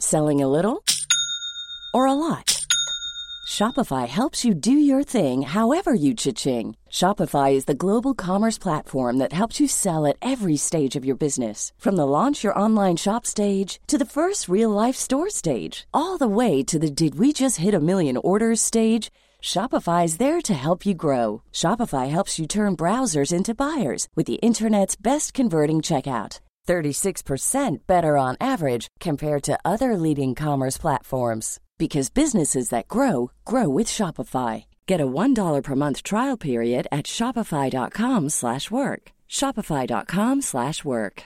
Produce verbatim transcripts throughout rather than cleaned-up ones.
Selling a little or a lot? Shopify helps you do your thing however you cha-ching. Shopify is the global commerce platform that helps you sell at every stage of your business. From the launch your online shop stage to the first real-life store stage, all the way to the did we just hit a million orders stage. Shopify is there to help you grow. Shopify helps you turn browsers into buyers with the internet's best converting checkout. thirty-six percent better on average compared to other leading commerce platforms. Because businesses that grow, grow with Shopify. Get a one dollar per month trial period at shopify.com slash work. Shopify.com slash work.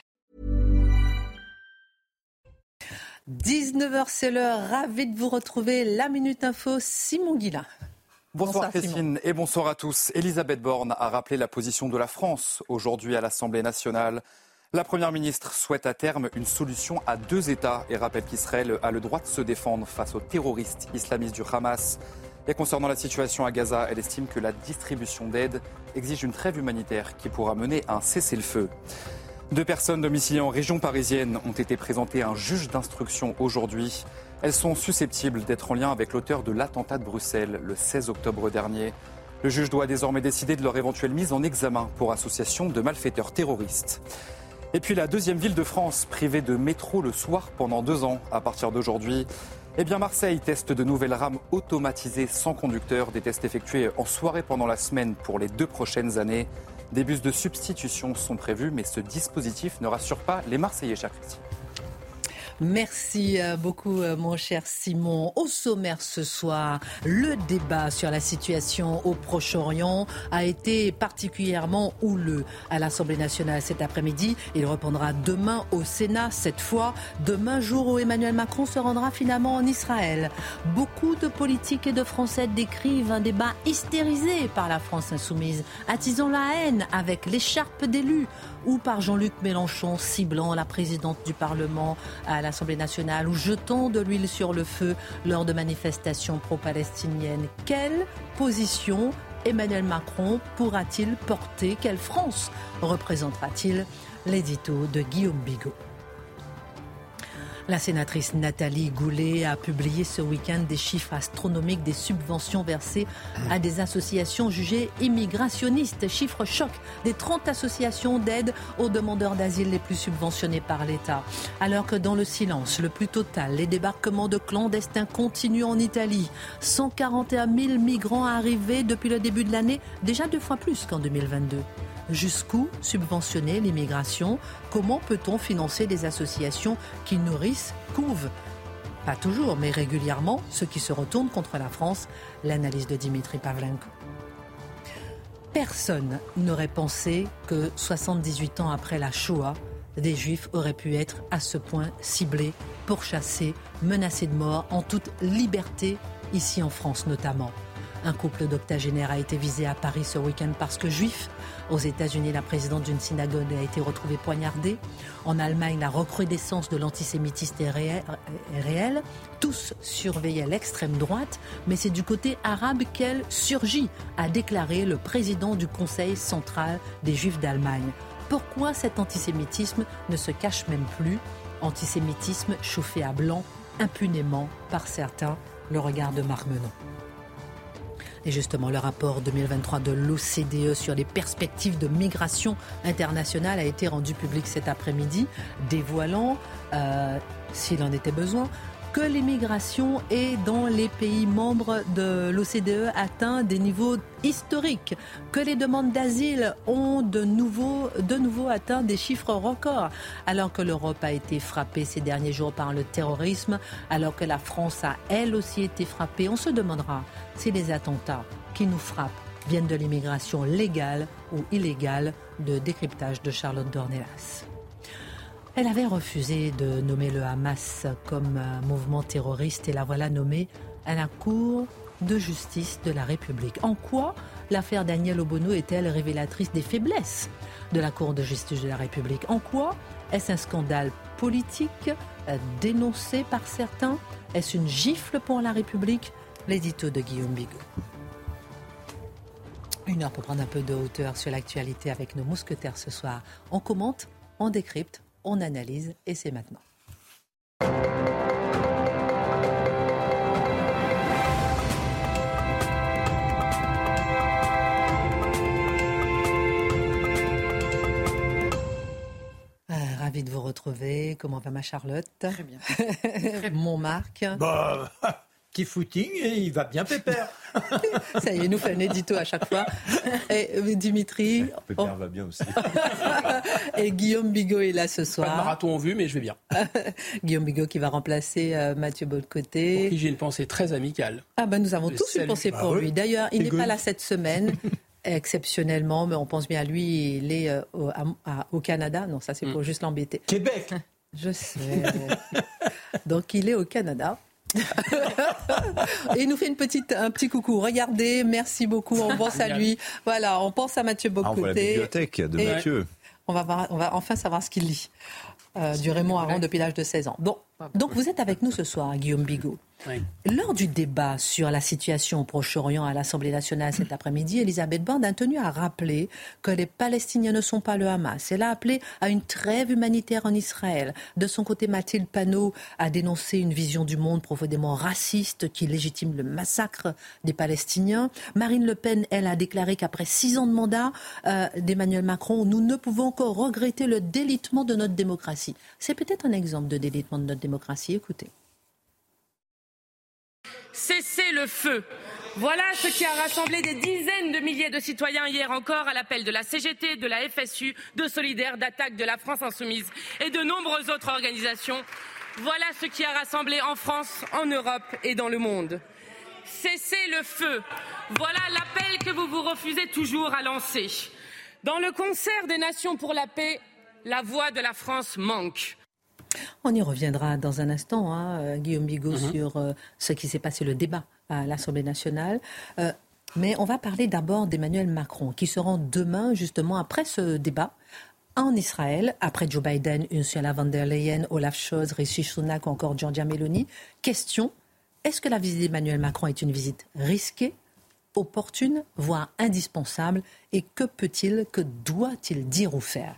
dix-neuf heures, c'est l'heure. Ravi de vous retrouver. La Minute Info, Simon Guillain. Bonsoir, bonsoir Christine Simon. Et bonsoir à tous. Elisabeth Borne a rappelé la position de la France aujourd'hui à l'Assemblée nationale. La Première ministre souhaite à terme une solution à deux États et rappelle qu'Israël a le droit de se défendre face aux terroristes islamistes du Hamas. Et concernant la situation à Gaza, elle estime que la distribution d'aide exige une trêve humanitaire qui pourra mener à un cessez-le-feu. Deux personnes domiciliées en région parisienne ont été présentées à un juge d'instruction aujourd'hui. Elles sont susceptibles d'être en lien avec l'auteur de l'attentat de Bruxelles le seize octobre dernier. Le juge doit désormais décider de leur éventuelle mise en examen pour association de malfaiteurs terroristes. Et puis la deuxième ville de France, privée de métro le soir pendant deux ans à partir d'aujourd'hui. Eh bien Marseille teste de nouvelles rames automatisées sans conducteur, des tests effectués en soirée pendant la semaine pour les deux prochaines années. Des bus de substitution sont prévus, mais ce dispositif ne rassure pas les Marseillais, chers Christine. Merci beaucoup, mon cher Simon. Au sommaire ce soir, le débat sur la situation au Proche-Orient a été particulièrement houleux à l'Assemblée nationale cet après-midi. Il reprendra demain au Sénat, cette fois, demain jour où Emmanuel Macron se rendra finalement en Israël. Beaucoup de politiques et de Français décrivent un débat hystérisé par la France insoumise, attisant la haine avec l'écharpe d'élus, ou par Jean-Luc Mélenchon ciblant la présidente du Parlement à l'Assemblée nationale ou jetant de l'huile sur le feu lors de manifestations pro-palestiniennes. Quelle position Emmanuel Macron pourra-t-il porter? Quelle France représentera-t-il? L'édito de Guillaume Bigot. La sénatrice Nathalie Goulet a publié ce week-end des chiffres astronomiques des subventions versées à des associations jugées immigrationnistes. Chiffre choc des trente associations d'aide aux demandeurs d'asile les plus subventionnées par l'État. Alors que dans le silence le plus total, les débarquements de clandestins continuent en Italie. cent quarante et un mille migrants arrivés depuis le début de l'année, déjà deux fois plus qu'en deux mille vingt-deux. Jusqu'où subventionner l'immigration? Comment peut-on financer des associations qui nourrissent, couvent, pas toujours, mais régulièrement, ceux qui se retournent contre la France? L'analyse de Dimitri Pavlenko. Personne n'aurait pensé que soixante-dix-huit ans après la Shoah, des Juifs auraient pu être à ce point ciblés, pourchassés, menacés de mort en toute liberté, ici en France notamment. Un couple d'octogénaires a été visé à Paris ce week-end parce que juif. Aux États-Unis, la présidente d'une synagogue a été retrouvée poignardée. En Allemagne, la recrudescence de l'antisémitisme est réelle. Tous surveillaient l'extrême droite, mais c'est du côté arabe qu'elle surgit, a déclaré le président du Conseil central des Juifs d'Allemagne. Pourquoi cet antisémitisme ne se cache même plus? Antisémitisme chauffé à blanc impunément par certains. Le regard de Marc Menon. Et justement, le rapport deux mille vingt-trois de l'O C D E sur les perspectives de migration internationale a été rendu public cet après-midi, dévoilant, euh, s'il en était besoin, que l'immigration est dans les pays membres de l'O C D E atteint des niveaux historiques, que les demandes d'asile ont de nouveau, de nouveau atteint des chiffres records, alors que l'Europe a été frappée ces derniers jours par le terrorisme, alors que la France a elle aussi été frappée. On se demandera si les attentats qui nous frappent viennent de l'immigration légale ou illégale, de décryptage de Charlotte Dornelas. Elle avait refusé de nommer le Hamas comme un mouvement terroriste et la voilà nommée à la Cour de justice de la République. En quoi l'affaire Daniel Obono est-elle révélatrice des faiblesses de la Cour de justice de la République? En quoi est-ce un scandale politique dénoncé par certains? Est-ce une gifle pour la République? L'édito de Guillaume Bigot. Une heure pour prendre un peu de hauteur sur l'actualité avec nos mousquetaires ce soir. On commente, on décrypte, on analyse et c'est maintenant. Et comment va ma Charlotte? Très bien. Mon Marc? Bah, petit footing et il va bien pépère. Ça y est, il nous fait un édito à chaque fois. Et Dimitri? Pépère oh. va bien aussi. Et Guillaume Bigot est là ce soir. Pas de marathon en vue, mais je vais bien. Guillaume Bigot qui va remplacer euh, Mathieu Bocoté. Pour qui j'ai une pensée très amicale. Ah ben nous avons Je tous salue. une pensée Bah pour oui. lui. D'ailleurs, il C'est n'est good. pas là cette semaine. Exceptionnellement, mais on pense bien à lui, il est euh, au, à- à- au Canada. Non, ça c'est pour juste l'embêter. Québec. Je sais. Donc il est au Canada. Et il nous fait une petite, un petit coucou. Regardez, merci beaucoup, on pense à lui. Voilà, on pense à Mathieu Ah, on voit la Bocoté. bibliothèque de Et- Mathieu. On va, voir- on va enfin savoir ce qu'il lit. Euh, du Raymond Aron depuis l'âge de seize ans. Bon, donc vous êtes avec nous ce soir, Guillaume Bigot. Oui. Lors du débat sur la situation au Proche-Orient à l'Assemblée nationale cet après-midi, Elisabeth Borne a tenu à rappeler que les Palestiniens ne sont pas le Hamas. Elle a appelé à une trêve humanitaire en Israël. De son côté, Mathilde Panot a dénoncé une vision du monde profondément raciste qui légitime le massacre des Palestiniens. Marine Le Pen, elle, a déclaré qu'après six ans de mandat euh, d'Emmanuel Macron, nous ne pouvons encore regretter le délitement de notre démocratie. C'est peut-être un exemple de délitement de notre démocratie. Écoutez. Cessez le feu. Voilà ce qui a rassemblé des dizaines de milliers de citoyens hier encore à l'appel de la C G T, de la F S U, de Solidaires, d'Attaque, de la France Insoumise et de nombreuses autres organisations. Voilà ce qui a rassemblé en France, en Europe et dans le monde. Cessez le feu. Voilà l'appel que vous vous refusez toujours à lancer. Dans le concert des nations pour la paix, la voix de la France manque. On y reviendra dans un instant, hein, Guillaume Bigot, Mm-hmm. sur euh, ce qui s'est passé, le débat à l'Assemblée nationale. Euh, mais on va parler d'abord d'Emmanuel Macron, qui se rend demain, justement, après ce débat, en Israël, après Joe Biden, Ursula von der Leyen, Olaf Scholz, Rishi Sunak ou encore Giorgia Meloni. Question, est-ce que la visite d'Emmanuel Macron est une visite risquée, opportune, voire indispensable? Et que peut-il, que doit-il dire ou faire?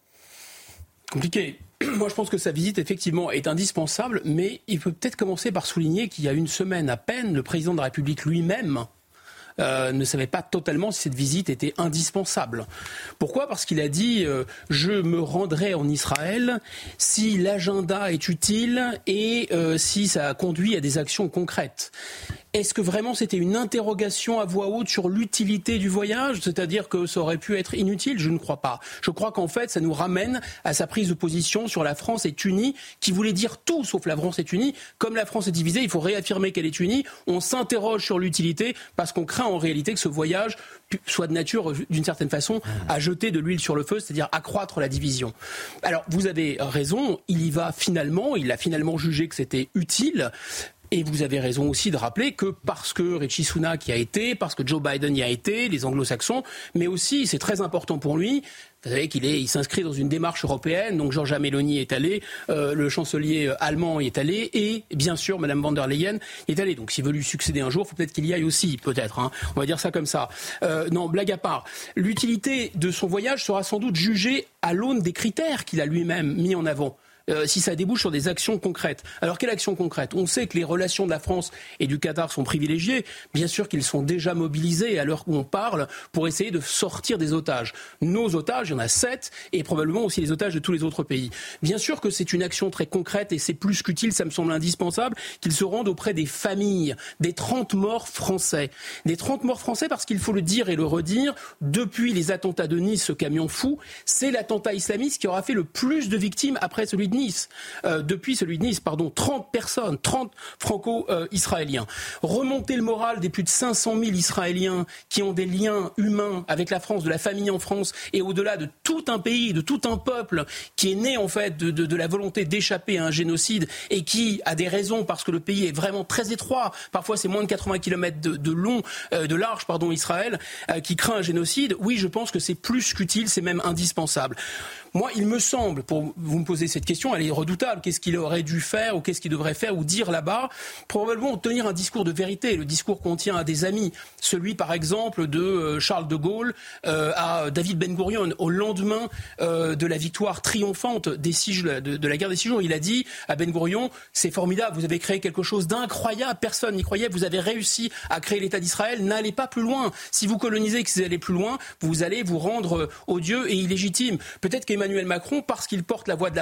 Compliqué. Moi, je pense que sa visite, effectivement, est indispensable, mais il peut peut-être commencer par souligner qu'il y a une semaine à peine, le président de la République lui-même euh, ne savait pas totalement si cette visite était indispensable. Pourquoi ? Parce qu'il a dit euh, « je me rendrai en Israël si l'agenda est utile et euh, si ça conduit à des actions concrètes ». Est-ce que vraiment c'était une interrogation à voix haute sur l'utilité du voyage ? C'est-à-dire que ça aurait pu être inutile ? Je ne crois pas. Je crois qu'en fait, ça nous ramène à sa prise de position sur la France est unie, qui voulait dire tout sauf la France est unie. Comme la France est divisée, il faut réaffirmer qu'elle est unie. On s'interroge sur l'utilité parce qu'on craint en réalité que ce voyage soit de nature, d'une certaine façon, à jeter de l'huile sur le feu, c'est-à-dire accroître la division. Alors, vous avez raison, il y va finalement, il a finalement jugé que c'était utile. Et vous avez raison aussi de rappeler que parce que Rishi Sunak y a été, parce que Joe Biden y a été, les anglo-saxons, mais aussi, c'est très important pour lui, vous savez qu'il est, il s'inscrit dans une démarche européenne, donc Giorgia Meloni est allée, euh, le chancelier allemand y est allé, et bien sûr, Madame von der Leyen y est allée. Donc s'il veut lui succéder un jour, il faut peut-être qu'il y aille aussi, peut-être, hein. On va dire ça comme ça. Euh, non, blague à part, l'utilité de son voyage sera sans doute jugée à l'aune des critères qu'il a lui-même mis en avant. Euh, si ça débouche sur des actions concrètes. Alors, quelles actions concrètes ? On sait que les relations de la France et du Qatar sont privilégiées. Bien sûr qu'ils sont déjà mobilisés à l'heure où on parle pour essayer de sortir des otages. Nos otages, il y en a sept, et probablement aussi les otages de tous les autres pays. Bien sûr que c'est une action très concrète et c'est plus qu'utile, ça me semble indispensable, qu'ils se rendent auprès des familles, des trente morts français. Des trente morts français parce qu'il faut le dire et le redire, depuis les attentats de Nice, ce camion fou, c'est l'attentat islamiste qui aura fait le plus de victimes après celui de Nice. Euh, depuis celui de Nice, pardon, trente personnes, trente franco-israéliens. Remonter le moral des plus de cinq cent mille Israéliens qui ont des liens humains avec la France, de la famille en France, et au-delà de tout un pays, de tout un peuple qui est né en fait de, de, de la volonté d'échapper à un génocide et qui a des raisons parce que le pays est vraiment très étroit. Parfois, c'est moins de quatre-vingts kilomètres de, de long, euh, de large, pardon, Israël, euh, qui craint un génocide. Oui, je pense que c'est plus qu'utile, c'est même indispensable. Moi, il me semble, pour vous me poser cette question, elle est redoutable. Qu'est-ce qu'il aurait dû faire ou qu'est-ce qu'il devrait faire ou dire là-bas ? Probablement tenir un discours de vérité, le discours qu'on tient à des amis. Celui, par exemple, de Charles de Gaulle euh, à David Ben Gourion, au lendemain euh, de la victoire triomphante des six, de, de la guerre des six jours. Il a dit à Ben Gourion, c'est formidable, vous avez créé quelque chose d'incroyable, personne n'y croyait, vous avez réussi à créer l'État d'Israël, n'allez pas plus loin. Si vous colonisez et que vous allez plus loin, vous allez vous rendre odieux et illégitime. Peut-être qu'Emmanuel Macron, parce qu'il porte la voix de la France, qui a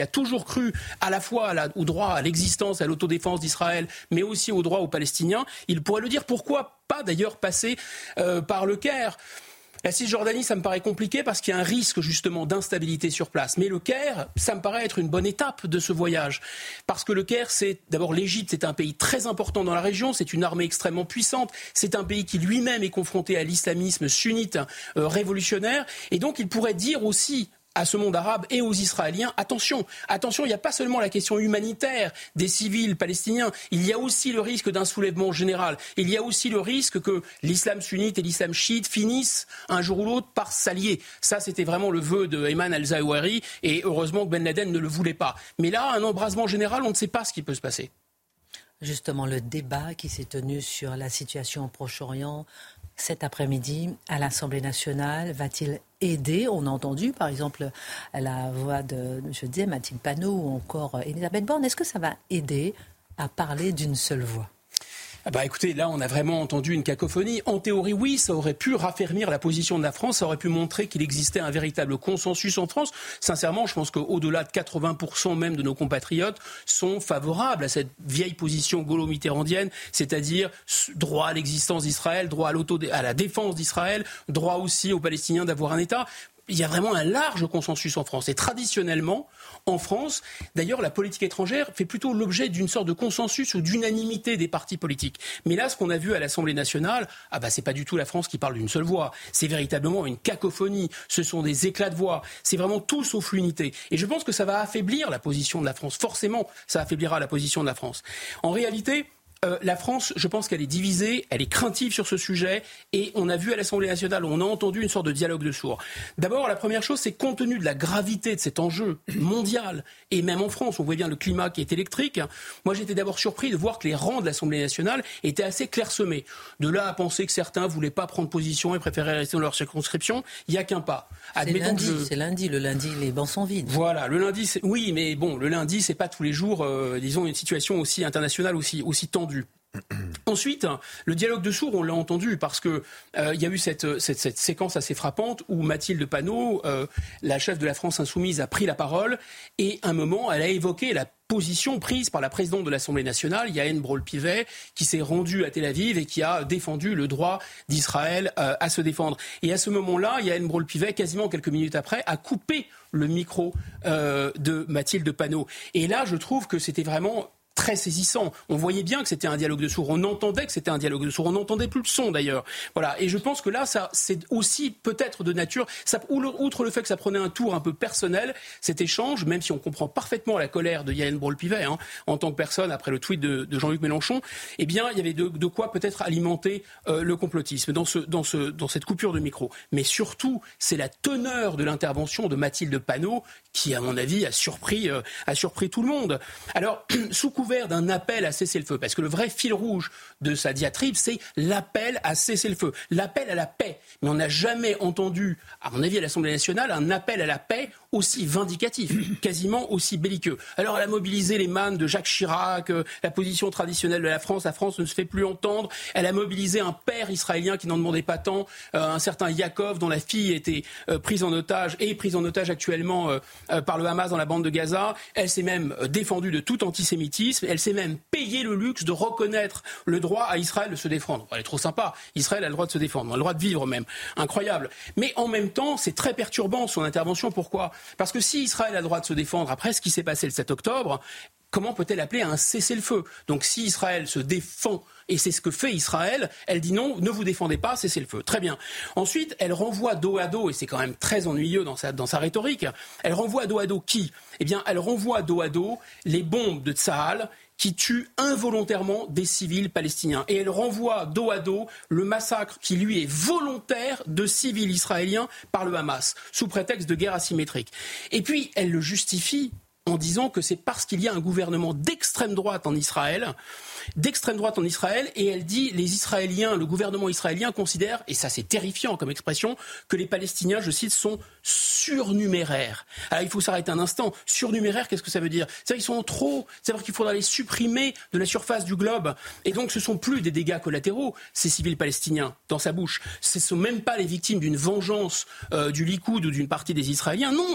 toujours cru à la fois à la, au droit à l'existence, à l'autodéfense d'Israël, mais aussi au droit aux Palestiniens, il pourrait le dire. Pourquoi pas d'ailleurs passer euh, par le Caire ? La Cisjordanie, ça me paraît compliqué parce qu'il y a un risque justement d'instabilité sur place. Mais le Caire, ça me paraît être une bonne étape de ce voyage. Parce que le Caire, c'est d'abord l'Égypte, c'est un pays très important dans la région, c'est une armée extrêmement puissante, c'est un pays qui lui-même est confronté à l'islamisme sunnite euh, révolutionnaire. Et donc il pourrait dire aussi à ce monde arabe et aux Israéliens, attention, attention, il n'y a pas seulement la question humanitaire des civils palestiniens, il y a aussi le risque d'un soulèvement général, il y a aussi le risque que l'islam sunnite et l'islam chiite finissent un jour ou l'autre par s'allier. Ça, c'était vraiment le vœu de Ayman al-Zawahiri et heureusement que Ben Laden ne le voulait pas. Mais là, un embrasement général, on ne sait pas ce qui peut se passer. Justement, le débat qui s'est tenu sur la situation au Proche-Orient cet après-midi à l'Assemblée nationale va-t-il aider ? On a entendu, par exemple, la voix de, je disais, Mathilde Panot ou encore Elisabeth Borne. Est-ce que ça va aider à parler d'une seule voix ? Ah bah écoutez, là on a vraiment entendu une cacophonie. En théorie, oui, ça aurait pu raffermir la position de la France, ça aurait pu montrer qu'il existait un véritable consensus en France. Sincèrement, je pense qu'au-delà de quatre-vingts pour cent même de nos compatriotes sont favorables à cette vieille position gaulo-mitterrandienne, c'est-à-dire droit à l'existence d'Israël, droit à, l'auto- à la défense d'Israël, droit aussi aux Palestiniens d'avoir un État. Il y a vraiment un large consensus en France. Et traditionnellement, en France, d'ailleurs, la politique étrangère fait plutôt l'objet d'une sorte de consensus ou d'unanimité des partis politiques. Mais là, ce qu'on a vu à l'Assemblée nationale, ah bah, c'est pas du tout la France qui parle d'une seule voix. C'est véritablement une cacophonie. Ce sont des éclats de voix. C'est vraiment tout sauf l'unité. Et je pense que ça va affaiblir la position de la France. Forcément, ça affaiblira la position de la France. En réalité, Euh, la France, je pense qu'elle est divisée, elle est craintive sur ce sujet et on a vu à l'Assemblée nationale, on a entendu une sorte de dialogue de sourds. D'abord, la première chose, c'est compte tenu de la gravité de cet enjeu mondial et même en France, on voit bien le climat qui est électrique. Moi, j'étais d'abord surpris de voir que les rangs de l'Assemblée nationale étaient assez clairsemés. De là à penser que certains voulaient pas prendre position et préféraient rester dans leur circonscription, il n'y a qu'un pas. C'est lundi, je... c'est lundi, le lundi, les bancs sont vides. Voilà, le lundi, c'est... oui, mais bon, le lundi, c'est pas tous les jours, euh, disons, une situation aussi internationale, aussi, aussi tendue. Ensuite, le dialogue de sourds, on l'a entendu parce que euh, il y a eu cette, cette, cette séquence assez frappante où Mathilde Panot, euh, la chef de la France insoumise, a pris la parole et à un moment, elle a évoqué la position prise par la présidente de l'Assemblée nationale, Yael Braun-Pivet, qui s'est rendue à Tel Aviv et qui a défendu le droit d'Israël euh, à se défendre. Et à ce moment-là, Yael Braun-Pivet, quasiment quelques minutes après, a coupé le micro euh, de Mathilde Panot. Et là, je trouve que c'était vraiment très saisissant. On voyait bien que c'était un dialogue de sourds. On entendait que c'était un dialogue de sourds. On n'entendait plus le son d'ailleurs. Voilà. Et je pense que là, ça, c'est aussi peut-être de nature. Ça, outre le fait que ça prenait un tour un peu personnel, cet échange, même si on comprend parfaitement la colère de Yael Braun-Pivet hein, en tant que personne après le tweet de, de Jean-Luc Mélenchon, eh bien, il y avait de, de quoi peut-être alimenter euh, le complotisme dans, ce, dans, ce, dans cette coupure de micro. Mais surtout, c'est la teneur de l'intervention de Mathilde Panot qui, à mon avis, a surpris, euh, a surpris tout le monde. Alors, sous couvert d'un appel à cesser le feu, parce que le vrai fil rouge de sa diatribe, c'est l'appel à cesser le feu, l'appel à la paix. Mais on n'a jamais entendu, à mon avis, à l'Assemblée nationale, un appel à la paix aussi vindicatif, quasiment aussi belliqueux. Alors elle a mobilisé les mannes de Jacques Chirac, euh, la position traditionnelle de la France, la France ne se fait plus entendre. Elle a mobilisé un père israélien qui n'en demandait pas tant, euh, un certain Yaakov dont la fille était euh, prise en otage et prise en otage actuellement euh, euh, par le Hamas dans la bande de Gaza. Elle s'est même euh, défendue de tout antisémitisme. Elle s'est même payé le luxe de reconnaître le droit à Israël de se défendre. Elle est trop sympa. Israël a le droit de se défendre, a le droit de vivre même. Incroyable. Mais en même temps, c'est très perturbant son intervention. Pourquoi ? Parce que si Israël a le droit de se défendre après ce qui s'est passé le sept octobre, comment peut-elle appeler à un cessez-le-feu ? Donc si Israël se défend, et c'est ce que fait Israël, elle dit non, ne vous défendez pas, cessez-le-feu. Très bien. Ensuite, elle renvoie dos à dos, et c'est quand même très ennuyeux dans sa, dans sa rhétorique, elle renvoie dos à dos qui ? Eh bien, elle renvoie dos à dos les bombes de Tsahal qui tuent involontairement des civils palestiniens. Et elle renvoie dos à dos le massacre qui, lui, est volontaire de civils israéliens par le Hamas, sous prétexte de guerre asymétrique. Et puis, elle le justifie en disant que c'est parce qu'il y a un gouvernement d'extrême droite en Israël, d'extrême droite en Israël, et elle dit les Israéliens, le gouvernement israélien considère, et ça c'est terrifiant comme expression, que les Palestiniens, je cite, sont surnuméraires. Alors il faut s'arrêter un instant. Surnuméraires, qu'est-ce que ça veut dire ? C'est-à-dire qu'ils sont trop, c'est-à-dire qu'il faudra les supprimer de la surface du globe. Et donc ce sont plus des dégâts collatéraux, ces civils palestiniens, dans sa bouche. Ce ne sont même pas les victimes d'une vengeance euh, du Likoud ou d'une partie des Israéliens, non.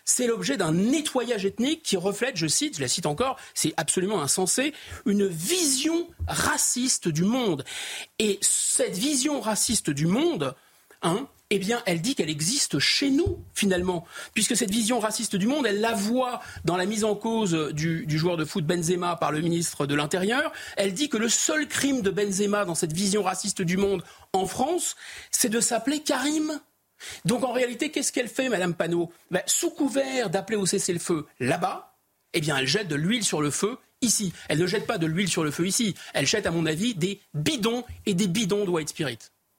c'est l'objet d'un nettoyage ethnique qui reflète, je cite, je la cite encore, c'est absolument insensé, une vision raciste du monde. Et cette vision raciste du monde, hein, eh bien, elle dit qu'elle existe chez nous, finalement. Puisque cette vision raciste du monde, elle la voit dans la mise en cause du, du joueur de foot Benzema par le ministre de l'Intérieur. Elle dit que le seul crime de Benzema dans cette vision raciste du monde en France, c'est de s'appeler Karim. Donc, en réalité, qu'est-ce qu'elle fait, Madame Panot ? Ben, sous couvert d'appeler au cessez-le-feu là-bas, eh bien, elle jette de l'huile sur le feu ici. Elle ne jette pas de l'huile sur le feu ici. Elle jette, à mon avis, des bidons et des bidons de White Spirit.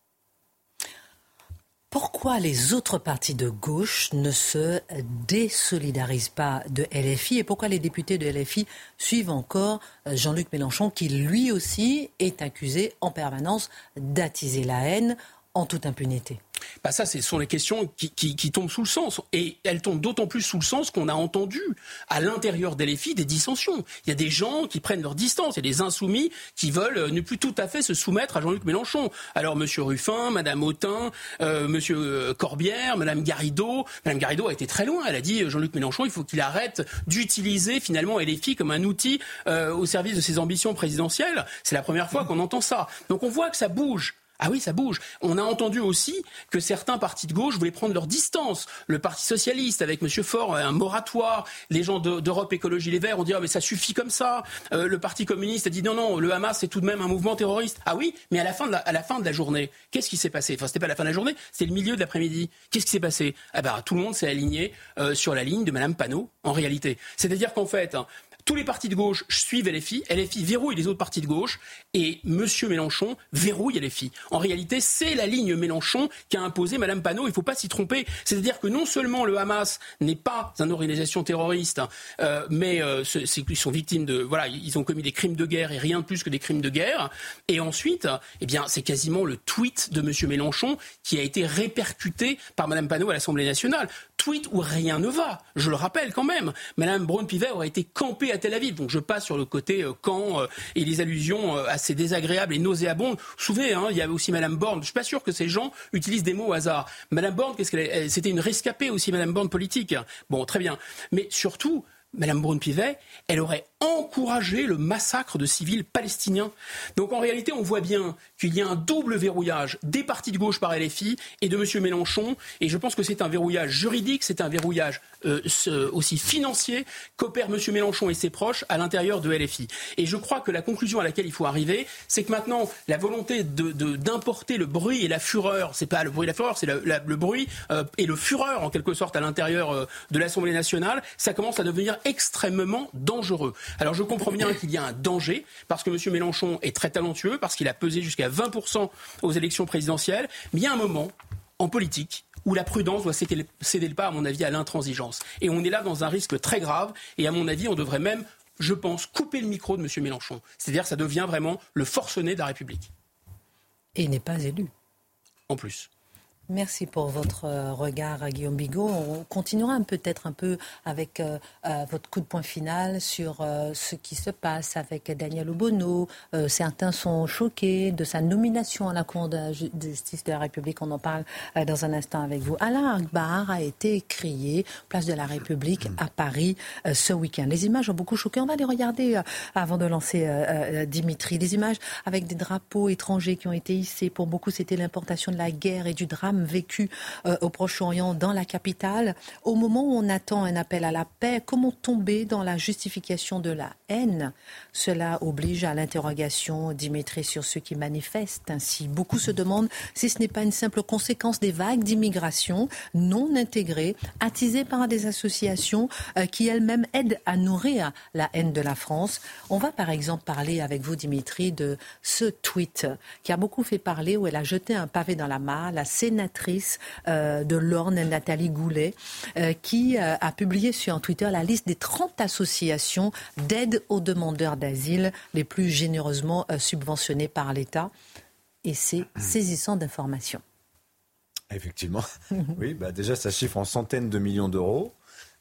Pourquoi les autres partis de gauche ne se désolidarisent pas de L F I et pourquoi les députés de L F I suivent encore Jean-Luc Mélenchon qui lui aussi est accusé en permanence d'attiser la haine en toute impunité ? Bah ça, ce sont les questions qui, qui, qui tombent sous le sens. Et elles tombent d'autant plus sous le sens qu'on a entendu à l'intérieur d'L F I des dissensions. Il y a des gens qui prennent leur distance. Il y a des insoumis qui veulent ne plus tout à fait se soumettre à Jean-Luc Mélenchon. Alors, M. Ruffin, Mme Autain, euh, M. Corbière, Mme Garrido. Mme Garrido a été très loin. Elle a dit Jean-Luc Mélenchon, il faut qu'il arrête d'utiliser finalement L F I comme un outil euh, au service de ses ambitions présidentielles. C'est la première fois qu'on entend ça. Donc on voit que ça bouge. Ah oui, ça bouge. On a entendu aussi que certains partis de gauche voulaient prendre leur distance. Le Parti socialiste, avec M. Faure, un moratoire. Les gens de, d'Europe Écologie Les Verts ont dit ah, mais ça suffit comme ça. Euh, le Parti communiste a dit non, non, le Hamas, c'est tout de même un mouvement terroriste. Ah oui, mais à la fin de la, à la, fin de la journée, qu'est-ce qui s'est passé ? Enfin, c'était pas la fin de la journée, c'était le milieu de l'après-midi. Qu'est-ce qui s'est passé ? Ah ben, tout le monde s'est aligné euh, sur la ligne de Mme Panot, en réalité. C'est-à-dire qu'en fait... Hein, tous les partis de gauche suivent L F I, L F I verrouille les autres partis de gauche et M. Mélenchon verrouille L F I. En réalité, c'est la ligne Mélenchon qu'a imposée Mme Panot, il ne faut pas s'y tromper. C'est-à-dire que non seulement le Hamas n'est pas une organisation terroriste, euh, mais euh, c'est, c'est, ils sont victimes de... Voilà, ils ont commis des crimes de guerre et rien de plus que des crimes de guerre. Et ensuite, eh bien, c'est quasiment le tweet de M. Mélenchon qui a été répercuté par Mme Panot à l'Assemblée nationale. Tweet où rien ne va, je le rappelle quand même. Mme Braun-Pivet aurait été campée à Tel Aviv. Donc je passe sur le côté euh, camp euh, et les allusions euh, assez désagréables et nauséabondes. Vous vous souvenez, hein, il y avait aussi Mme Borne. Je ne suis pas sûr que ces gens utilisent des mots au hasard. Mme Borne, qu'est-ce qu'elle est ? C'était une rescapée aussi, Mme Borne politique. Bon, très bien. Mais surtout, Mme Braun-Pivet, elle aurait encouragé le massacre de civils palestiniens. Donc en réalité, on voit bien qu'il y a un double verrouillage des partis de gauche par L F I et de M. Mélenchon. Et je pense que c'est un verrouillage juridique, c'est un verrouillage euh, aussi financier qu'opère M. Mélenchon et ses proches à l'intérieur de L F I. Et je crois que la conclusion à laquelle il faut arriver, c'est que maintenant, la volonté de, de, d'importer le bruit et la fureur, c'est pas le bruit et la fureur, c'est la, la, le bruit euh, et le fureur en quelque sorte à l'intérieur euh, de l'Assemblée nationale, ça commence à devenir extrêmement dangereux. Alors je comprends bien qu'il y a un danger, parce que M. Mélenchon est très talentueux, parce qu'il a pesé jusqu'à vingt pour cent aux élections présidentielles, mais il y a un moment, en politique, où la prudence doit céder, céder le pas, à mon avis, à l'intransigeance. Et on est là dans un risque très grave, et à mon avis, on devrait même, je pense, couper le micro de M. Mélenchon. C'est-à-dire que ça devient vraiment le forcené de la République. Et il n'est pas élu. En plus. Merci pour votre regard, Guillaume Bigot. On continuera peut-être un peu avec euh, euh, votre coup de poing final sur euh, ce qui se passe avec Daniel Obono. Euh, certains sont choqués de sa nomination à la Cour de justice de la République. On en parle euh, dans un instant avec vous. Alaa Akbar a été crié place de la République à Paris euh, ce week-end. Les images ont beaucoup choqué. On va les regarder euh, avant de lancer euh, euh, Dimitri. Les images avec des drapeaux étrangers qui ont été hissés. Pour beaucoup, c'était l'importation de la guerre et du drame vécu euh, au Proche-Orient, dans la capitale. Au moment où on attend un appel à la paix, comment tomber dans la justification de la haine ? Cela oblige à l'interrogation, Dimitri, sur ceux qui manifestent ainsi. Beaucoup se demandent si ce n'est pas une simple conséquence des vagues d'immigration non intégrées, attisées par des associations euh, qui elles-mêmes aident à nourrir la haine de la France. On va par exemple parler avec vous, Dimitri, de ce tweet qui a beaucoup fait parler, où elle a jeté un pavé dans la mare, la sénatrice euh, de l'Orne, Nathalie Goulet, euh, qui euh, a publié sur Twitter la liste des trente associations d'aide aux demandeurs d'asile les plus généreusement euh, subventionnées par l'État. Et c'est saisissant d'informations. Effectivement. Oui, bah déjà, ça chiffre en centaines de millions d'euros.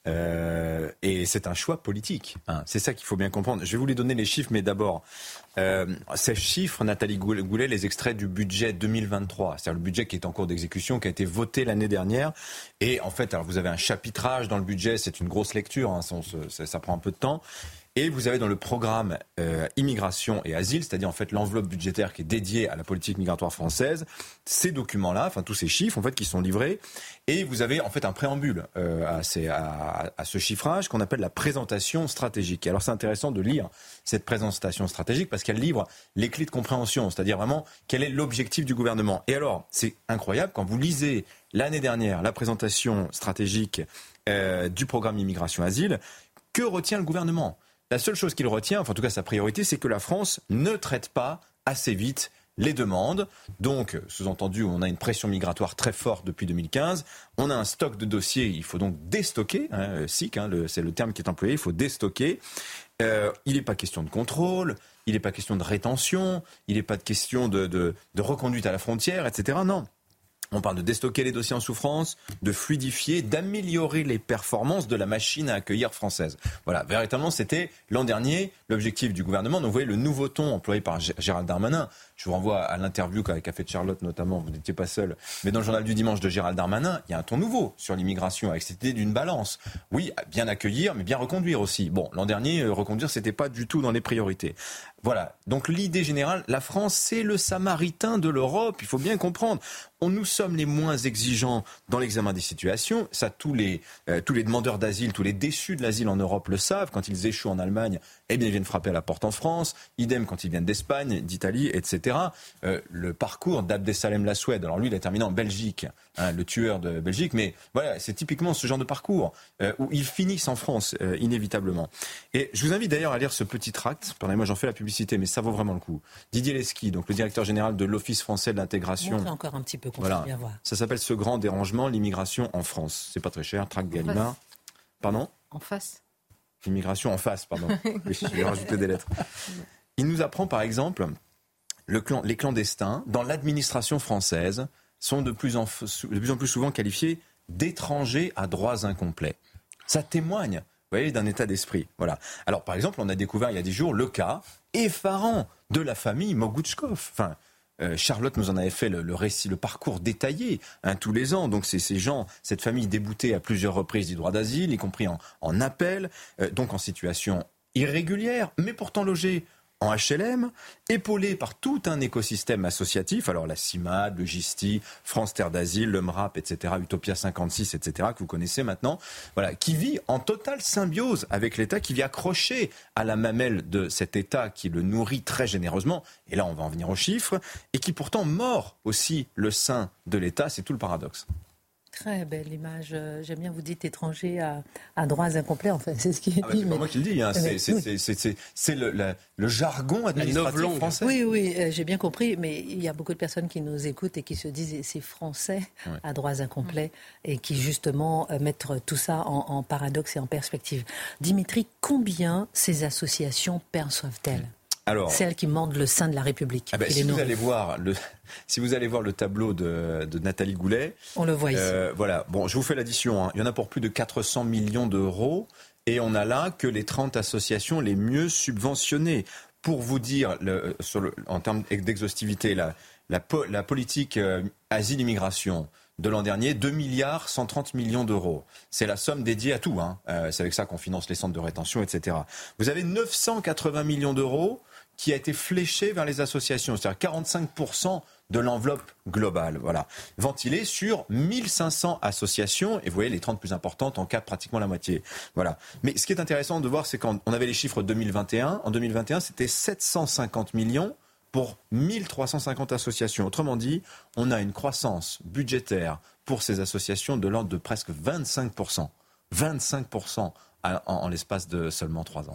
Euh, et c'est un choix politique. Hein. C'est ça qu'il faut bien comprendre. Je vais vous les donner les chiffres, mais d'abord, euh, ces chiffres, Nathalie Goulet, les extraits du budget deux mille vingt-trois, c'est-à-dire le budget qui est en cours d'exécution, qui a été voté l'année dernière. Et en fait, alors vous avez un chapitrage dans le budget, c'est une grosse lecture, hein, ça, ça, ça prend un peu de temps. Et vous avez dans le programme euh, immigration et asile, c'est-à-dire en fait l'enveloppe budgétaire qui est dédiée à la politique migratoire française, ces documents-là, enfin tous ces chiffres en fait qui sont livrés, et vous avez en fait un préambule euh, à, ces, à, à ce chiffrage qu'on appelle la présentation stratégique. Et alors c'est intéressant de lire cette présentation stratégique parce qu'elle livre les clés de compréhension, c'est-à-dire vraiment quel est l'objectif du gouvernement. Et alors c'est incroyable quand vous lisez l'année dernière la présentation stratégique euh, du programme immigration-asile, que retient le gouvernement ? La seule chose qu'il retient, enfin en tout cas sa priorité, c'est que la France ne traite pas assez vite les demandes. Donc, sous-entendu, on a une pression migratoire très forte depuis deux mille quinze. On a un stock de dossiers, il faut donc déstocker. Hein, S I C, hein, le, c'est le terme qui est employé, il faut déstocker. Euh, il n'est pas question de contrôle, il n'est pas question de rétention, il n'est pas de question de, de, de reconduite à la frontière, et cetera. Non. On parle de déstocker les dossiers en souffrance, de fluidifier, d'améliorer les performances de la machine à accueillir française. Voilà, véritablement, c'était l'an dernier l'objectif du gouvernement. Donc vous voyez le nouveau ton employé par Gérald Darmanin. Je vous renvoie à l'interview qu'a fait Charlotte notamment, vous n'étiez pas seul, mais dans le journal du dimanche de Gérald Darmanin, il y a un ton nouveau sur l'immigration, avec cette idée d'une balance. Oui, bien accueillir, mais bien reconduire aussi. Bon, l'an dernier, reconduire, c'était pas du tout dans les priorités. Voilà, donc l'idée générale, la France, c'est le Samaritain de l'Europe, il faut bien comprendre. On, nous sommes les moins exigeants dans l'examen des situations. Ça, tous les, euh, tous les demandeurs d'asile, tous les déçus de l'asile en Europe le savent. Quand ils échouent en Allemagne, eh bien, ils viennent frapper à la porte en France. Idem quand ils viennent d'Espagne, d'Italie, et cetera. Euh, le parcours d'Abdesalem Lasoued, alors lui, il a terminé en Belgique, hein, le tueur de Belgique, mais voilà, c'est typiquement ce genre de parcours euh, où ils finissent en France, euh, inévitablement. Et je vous invite d'ailleurs à lire ce petit tract. Pardonnez-moi, j'en fais la publicité, mais ça vaut vraiment le coup. Didier Lesky, donc le directeur général de l'Office français de l'intégration. Montrez encore un petit peu, qu'on voilà. puisse bien voir. Ça s'appelle Ce grand dérangement, l'immigration en France. C'est pas très cher, tract Gallimard. Pardon ? En face. L'immigration en face, pardon. Oui, je vais rajouter des lettres. Il nous apprend par exemple, le clan, les clandestins dans l'administration française sont de plus en, de plus en plus souvent qualifiés d'étrangers à droits incomplets. Ça témoigne, vous voyez, d'un état d'esprit. Voilà. Alors par exemple, on a découvert il y a dix jours le cas effarant de la famille Mogouchkov. Enfin, Euh, Charlotte nous en avait fait le, le récit, le parcours détaillé, hein, tous les ans. Donc c'est ces gens, cette famille déboutée à plusieurs reprises du droit d'asile, y compris en, en appel, euh, donc en situation irrégulière, mais pourtant logés en H L M, épaulés par tout un écosystème associatif, alors la CIMAD, le GISTI, France Terre d'Asile, le M R A P, et cetera, Utopia cinquante-six, et cetera, que vous connaissez maintenant, voilà, qui vit en totale symbiose avec l'État, qui vit accroché à la mamelle de cet État qui le nourrit très généreusement, et là on va en venir aux chiffres, et qui pourtant mord aussi le sein de l'État, c'est tout le paradoxe. Très belle image. J'aime bien, vous dites étranger à, à droits incomplets. Enfin, c'est ce qui est ah bah, dit. c'est mais... pas moi qui le dis. Hein. C'est, c'est, c'est, c'est, c'est, c'est le, la, le jargon administratif français. Oui, oui, euh, j'ai bien compris. Mais il y a beaucoup de personnes qui nous écoutent et qui se disent c'est français ouais. à droits incomplets et qui justement euh, mettent tout ça en, en paradoxe et en perspective. Dimitri, combien ces associations perçoivent-elles ? Alors, celles qui mordent le sein de la République. Ah ben, si, vous allez voir le, si vous allez voir le tableau de, de Nathalie Goulet... On le voit ici. Euh, voilà. Bon, je vous fais l'addition. Hein. Il y en a pour plus de quatre cents millions d'euros. Et on a là que les trente associations les mieux subventionnées. Pour vous dire, le, sur le, en termes d'exhaustivité, la, la, po, la politique euh, asile-immigration de l'an dernier, deux milliards cent trente millions d'euros. C'est la somme dédiée à tout. Hein. Euh, c'est avec ça qu'on finance les centres de rétention, et cetera. Vous avez neuf cent quatre-vingts millions d'euros qui a été fléché vers les associations, c'est-à-dire quarante-cinq pour cent de l'enveloppe globale, voilà, ventilée sur mille cinq cents associations, et vous voyez les trente plus importantes en capent pratiquement la moitié, voilà. Mais ce qui est intéressant de voir, c'est quand on avait les chiffres deux mille vingt et un, en deux mille vingt et un, c'était sept cent cinquante millions pour mille trois cent cinquante associations. Autrement dit, on a une croissance budgétaire pour ces associations de l'ordre de presque vingt-cinq pour cent, vingt-cinq pour cent en, en l'espace de seulement trois ans.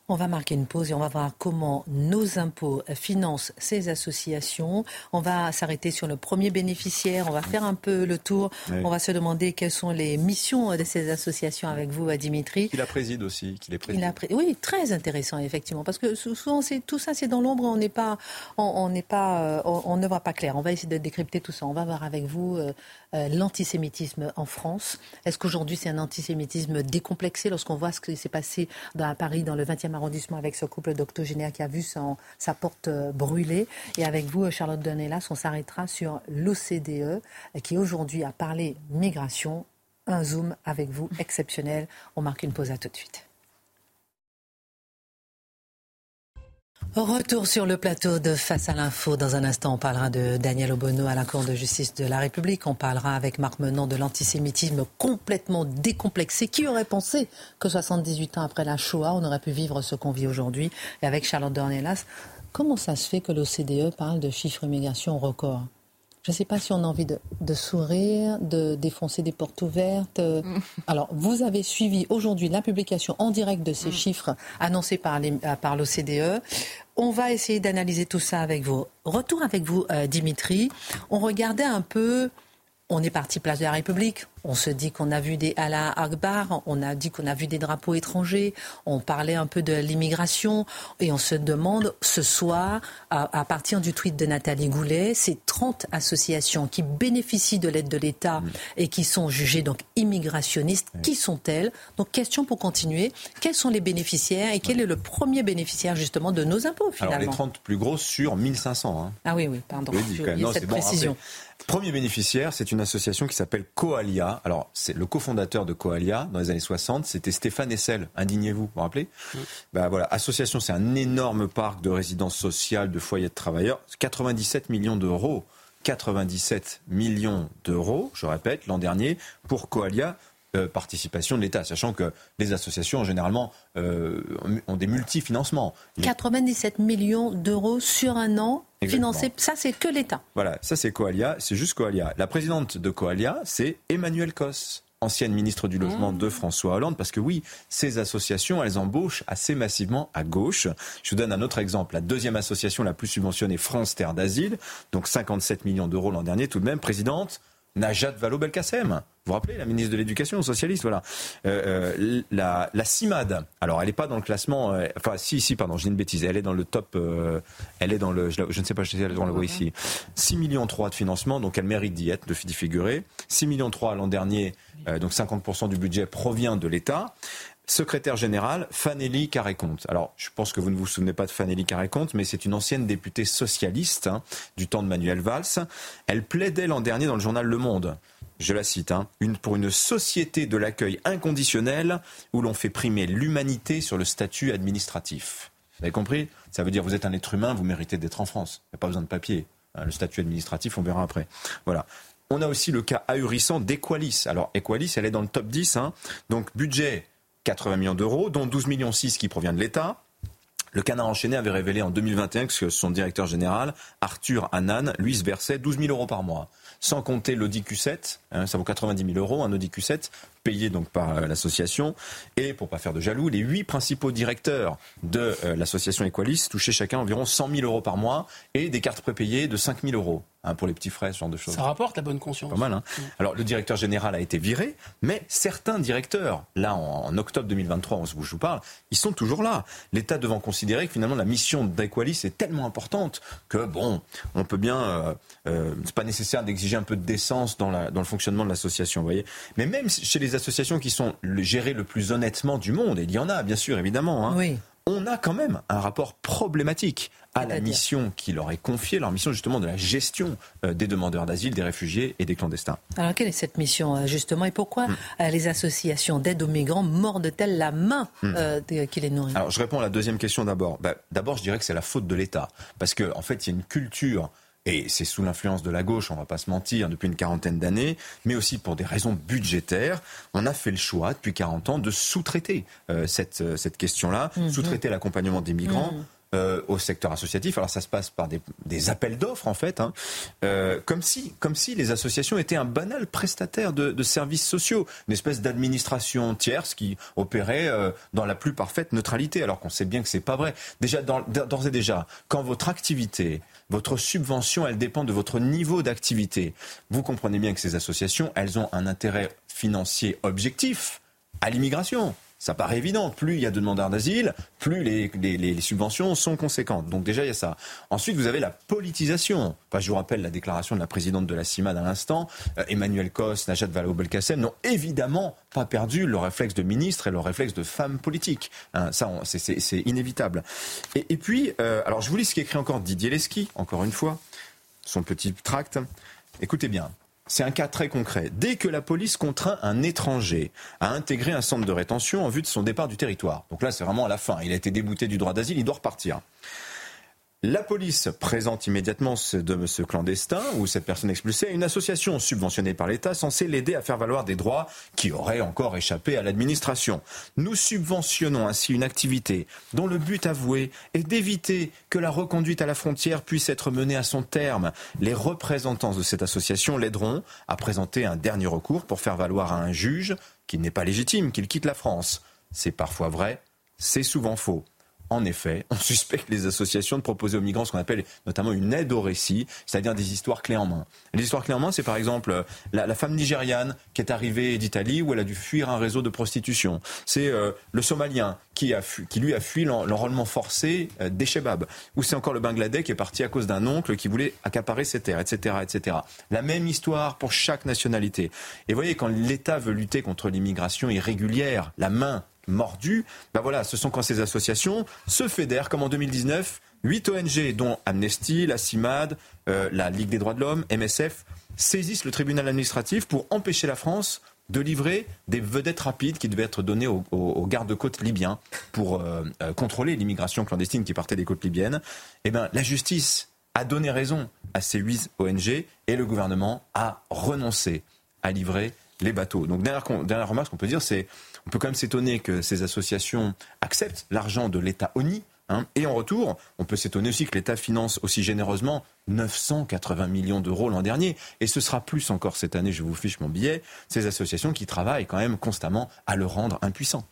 On va marquer une pause et on va voir comment nos impôts financent ces associations. On va s'arrêter sur le premier bénéficiaire, on va faire un peu le tour. Oui. On va se demander quelles sont les missions de ces associations avec vous, Dimitri. Qui la préside aussi, qui les préside. Il a pré... Oui, très intéressant effectivement, parce que souvent c'est, tout ça c'est dans l'ombre, on n'est pas, on, on n'est pas, on, on ne voit pas clair. On va essayer de décrypter tout ça. On va voir avec vous euh, euh, l'antisémitisme en France. Est-ce qu'aujourd'hui c'est un antisémitisme décomplexé lorsqu'on voit ce qui s'est passé dans, à Paris dans le vingtième arrondissement avec ce couple d'octogénaires qui a vu son, sa porte brûler. Et avec vous, Charlotte Dornelas, on s'arrêtera sur l'O C D E qui aujourd'hui a parlé migration. Un zoom avec vous exceptionnel. On marque une pause, à tout de suite. Retour sur le plateau de Face à l'info. Dans un instant, on parlera de Daniel Obono à la Cour de justice de la République. On parlera avec Marc Menon de l'antisémitisme complètement décomplexé. Qui aurait pensé que soixante-dix-huit ans après la Shoah, on aurait pu vivre ce qu'on vit aujourd'hui? Et avec Charlotte Dornelas, comment ça se fait que l'O C D E parle de chiffres immigration record? Je ne sais pas si on a envie de, de sourire, de défoncer des portes ouvertes. Mm. Alors, vous avez suivi aujourd'hui la publication en direct de ces mm. chiffres annoncés par, les, par l'O C D E. On va essayer d'analyser tout ça avec vous. Retour avec vous, euh, Dimitri. On regardait un peu... On est parti place de la République. On se dit qu'on a vu des Allah Akbar, on a dit qu'on a vu des drapeaux étrangers, on parlait un peu de l'immigration et on se demande ce soir, à, à partir du tweet de Nathalie Goulet, ces trente associations qui bénéficient de l'aide de l'État mmh. et qui sont jugées donc immigrationnistes, oui. qui sont-elles? Donc question pour continuer, quels sont les bénéficiaires et quel oui. est le premier bénéficiaire justement de nos impôts finalement? Alors les trente plus grosses sur mille cinq cents. Hein. Ah oui, oui, pardon, je dis, il y a cette bon, précision. Après, premier bénéficiaire, c'est une association qui s'appelle Coalia. Alors, c'est le cofondateur de Coalia dans les années soixante, c'était Stéphane Hessel. Indignez-vous, vous vous rappelez ? mmh. Ben voilà, association, c'est un énorme parc de résidences sociales, de foyers de travailleurs. quatre-vingt-dix-sept millions d'euros. quatre-vingt-dix-sept millions d'euros, je répète, l'an dernier, pour Coalia. Euh, participation de l'État, sachant que les associations, généralement, euh, ont des multifinancements. Les... quatre-vingt-dix-sept millions d'euros sur un an financés, ça c'est que l'État. Voilà, ça c'est Coalia, c'est juste Coalia. La présidente de Coalia, c'est Emmanuelle Cos, ancienne ministre du Logement mmh. de François Hollande, parce que oui, ces associations, elles embauchent assez massivement à gauche. Je vous donne un autre exemple. La deuxième association la plus subventionnée, France Terre d'Asile, donc cinquante-sept millions d'euros l'an dernier, tout de même, présidente Najat Vallaud-Belkacem. Vous vous rappelez, la ministre de l'Éducation socialiste, voilà. Euh, euh, la, la CIMAD, alors elle n'est pas dans le classement, euh, enfin si, si, pardon, je dis une bêtise, elle est dans le top, euh, elle est dans le, je, je ne sais pas, je sais pas, on la voit ici. six virgule trois millions de financement, donc elle mérite d'y être, de d'y figurer. six virgule trois millions l'an dernier, euh, donc cinquante pour cent du budget provient de l'État. Secrétaire générale, Fanélie Carré-Comte. Alors, je pense que vous ne vous souvenez pas de Fanélie Carré-Comte, mais c'est une ancienne députée socialiste hein, du temps de Manuel Valls. Elle plaidait l'an dernier dans le journal Le Monde, je la cite, hein, une, pour une société de l'accueil inconditionnel où l'on fait primer l'humanité sur le statut administratif. Vous avez compris ? Ça veut dire vous êtes un être humain, vous méritez d'être en France. Il n'y a pas besoin de papier. Le statut administratif, on verra après. Voilà. On a aussi le cas ahurissant d'Equalis. Alors, Equalis, elle est dans le top dix. Hein. Donc, budget quatre-vingts millions d'euros, dont douze virgule six millions qui provient de l'État. Le Canard enchaîné avait révélé en deux mille vingt et un que son directeur général, Arthur Hanan, lui, se versait douze mille euros par mois. Sans compter l'Audi Q sept, hein, ça vaut quatre-vingt-dix mille euros, un Audi Q sept, payé donc par euh, l'association. Et pour pas faire de jaloux, les huit principaux directeurs de euh, l'association Equalis touchaient chacun environ cent mille euros par mois et des cartes prépayées de cinq mille euros. Hein, pour les petits frais, ce genre de choses. Ça rapporte la bonne conscience. Pas mal, hein. Mmh. Alors, le directeur général a été viré, mais certains directeurs, là, en, en octobre deux mille vingt-trois, on se vous parle, ils sont toujours là. L'État devant considérer que finalement, la mission d'Equalis est tellement importante que, bon, on peut bien... Euh, euh, c'est pas nécessaire d'exiger un peu de décence dans, la, dans le fonctionnement de l'association, vous voyez. Mais même chez les associations qui sont le, gérées le plus honnêtement du monde, et il y en a, bien sûr, évidemment, hein, oui. on a quand même un rapport problématique à la mission qui leur est confiée, leur mission justement de la gestion des demandeurs d'asile, des réfugiés et des clandestins. Alors quelle est cette mission justement et pourquoi mmh. les associations d'aide aux migrants mordent-elles la main mmh. euh, qui les nourrit? Alors je réponds à la deuxième question d'abord. Bah, d'abord je dirais que c'est la faute de l'État. Parce qu'en en fait il y a une culture... Et c'est sous l'influence de la gauche, on ne va pas se mentir, depuis une quarantaine d'années, mais aussi pour des raisons budgétaires, on a fait le choix depuis quarante ans de sous-traiter euh, cette, cette question-là, mmh. sous-traiter l'accompagnement des migrants. Mmh. euh, au secteur associatif. Alors ça se passe par des, des appels d'offres en fait, hein, euh, comme si, comme si les associations étaient un banal prestataire de, de services sociaux, une espèce d'administration tierce qui opérait euh, dans la plus parfaite neutralité, alors qu'on sait bien que c'est pas vrai. Déjà, dans, d'ores et déjà, quand votre activité, votre subvention, elle dépend de votre niveau d'activité, vous comprenez bien que ces associations, elles ont un intérêt financier objectif à l'immigration. Ça paraît évident. Plus il y a de demandeurs d'asile, plus les, les, les subventions sont conséquentes. Donc déjà, il y a ça. Ensuite, vous avez la politisation. Enfin, je vous rappelle la déclaration de la présidente de la CIMAD à l'instant. Euh, Emmanuel Cos, Najat Vallaud-Belkacem n'ont évidemment pas perdu leur réflexe de ministre et leur réflexe de femme politique. Hein, ça, on, c'est, c'est, c'est inévitable. Et, et puis, euh, alors je vous lis ce qu'écrit encore Didier Lesky, encore une fois, son petit tract. Écoutez bien. C'est un cas très concret. Dès que la police contraint un étranger à intégrer un centre de rétention en vue de son départ du territoire. Donc là, c'est vraiment à la fin. Il a été débouté du droit d'asile, il doit repartir. La police présente immédiatement ce, de, ce clandestin ou cette personne expulsée à une association subventionnée par l'État censée l'aider à faire valoir des droits qui auraient encore échappé à l'administration. Nous subventionnons ainsi une activité dont le but avoué est d'éviter que la reconduite à la frontière puisse être menée à son terme. Les représentants de cette association l'aideront à présenter un dernier recours pour faire valoir à un juge qu'il n'est pas légitime, qu'il quitte la France. C'est parfois vrai, c'est souvent faux. En effet, on suspecte les associations de proposer aux migrants ce qu'on appelle notamment une aide au récit, c'est-à-dire des histoires clés en main. Les histoires clés en main, c'est par exemple la, la femme nigériane qui est arrivée d'Italie où elle a dû fuir un réseau de prostitution. C'est euh, le Somalien qui, a fui, qui lui a fui l'en, l'enrôlement forcé euh, des Chebabs. Ou c'est encore le Bangladais qui est parti à cause d'un oncle qui voulait accaparer ses terres, et cetera, et cetera. La même histoire pour chaque nationalité. Et vous voyez, quand l'État veut lutter contre l'immigration irrégulière, la main mordus, ben voilà, ce sont quand ces associations se fédèrent, comme en deux mille dix-neuf, huit O N G, dont Amnesty, la CIMAD, euh, la Ligue des droits de l'homme, M S F, saisissent le tribunal administratif pour empêcher la France de livrer des vedettes rapides qui devaient être données aux, aux, aux gardes-côtes libyens pour euh, euh, contrôler l'immigration clandestine qui partait des côtes libyennes. Eh bien, la justice a donné raison à ces huit O N G et le gouvernement a renoncé à livrer les bateaux. Donc, dernière, dernière remarque, ce qu'on peut dire, c'est on peut quand même s'étonner que ces associations acceptent l'argent de l'État O N I. Hein, et en retour, on peut s'étonner aussi que l'État finance aussi généreusement neuf cent quatre-vingts millions d'euros l'an dernier. Et ce sera plus encore cette année, je vous fiche mon billet, ces associations qui travaillent quand même constamment à le rendre impuissant.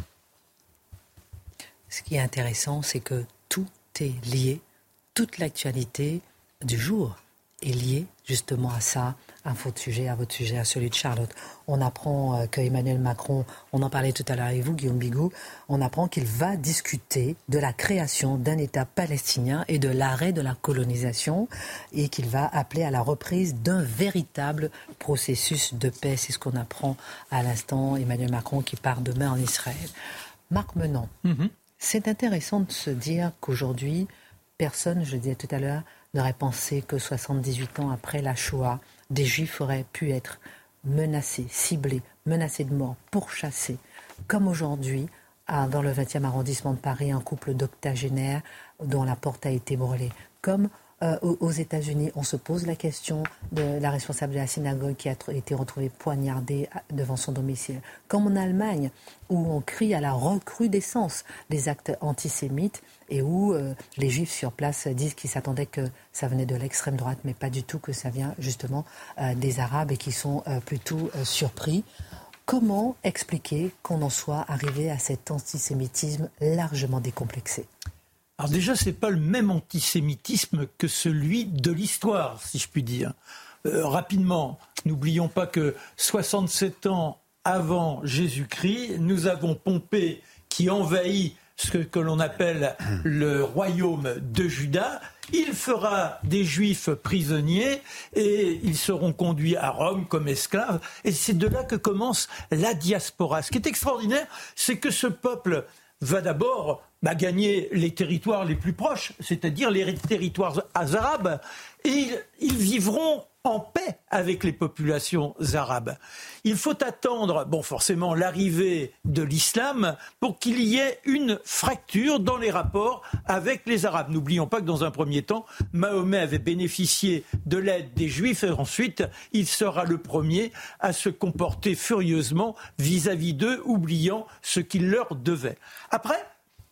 Ce qui est intéressant, c'est que tout est lié. Toute l'actualité du jour est liée justement à ça, à votre sujet, à votre sujet, à celui de Charlotte. On apprend que Emmanuel Macron, on en parlait tout à l'heure avec vous, Guillaume Bigot, on apprend qu'il va discuter de la création d'un État palestinien et de l'arrêt de la colonisation et qu'il va appeler à la reprise d'un véritable processus de paix. C'est ce qu'on apprend à l'instant. Emmanuel Macron qui part demain en Israël. Marc Menant, mm-hmm. C'est intéressant de se dire qu'aujourd'hui, personne, je le disais tout à l'heure, n'aurait pensé que soixante-dix-huit ans après la Shoah, des Juifs auraient pu être menacés, ciblés, menacés de mort, pourchassés. Comme aujourd'hui, dans le vingtième arrondissement de Paris, un couple d'octogénaires dont la porte a été brûlée. Comme euh, aux États-Unis, on se pose la question de la responsable de la synagogue qui a été retrouvée poignardée devant son domicile. Comme en Allemagne, où on crie à la recrudescence des actes antisémites et où euh, les Juifs sur place disent qu'ils s'attendaient que ça venait de l'extrême droite, mais pas du tout, que ça vient justement euh, des Arabes et qui sont euh, plutôt euh, surpris. Comment expliquer qu'on en soit arrivé à cet antisémitisme largement décomplexé ? Alors déjà, ce n'est pas le même antisémitisme que celui de l'histoire, si je puis dire. Euh, rapidement, n'oublions pas que soixante-sept ans avant Jésus-Christ, nous avons Pompée qui envahit ce que l'on appelle le royaume de Juda. Il fera des Juifs prisonniers et ils seront conduits à Rome comme esclaves. Et c'est de là que commence la diaspora. Ce qui est extraordinaire, c'est que ce peuple va d'abord bah, gagner les territoires les plus proches, c'est-à-dire les territoires arabes, et ils, ils vivront en paix avec les populations arabes. Il faut attendre, bon, forcément, l'arrivée de l'islam pour qu'il y ait une fracture dans les rapports avec les Arabes. N'oublions pas que dans un premier temps, Mahomet avait bénéficié de l'aide des Juifs et ensuite, il sera le premier à se comporter furieusement vis-à-vis d'eux, oubliant ce qu'il leur devait. Après,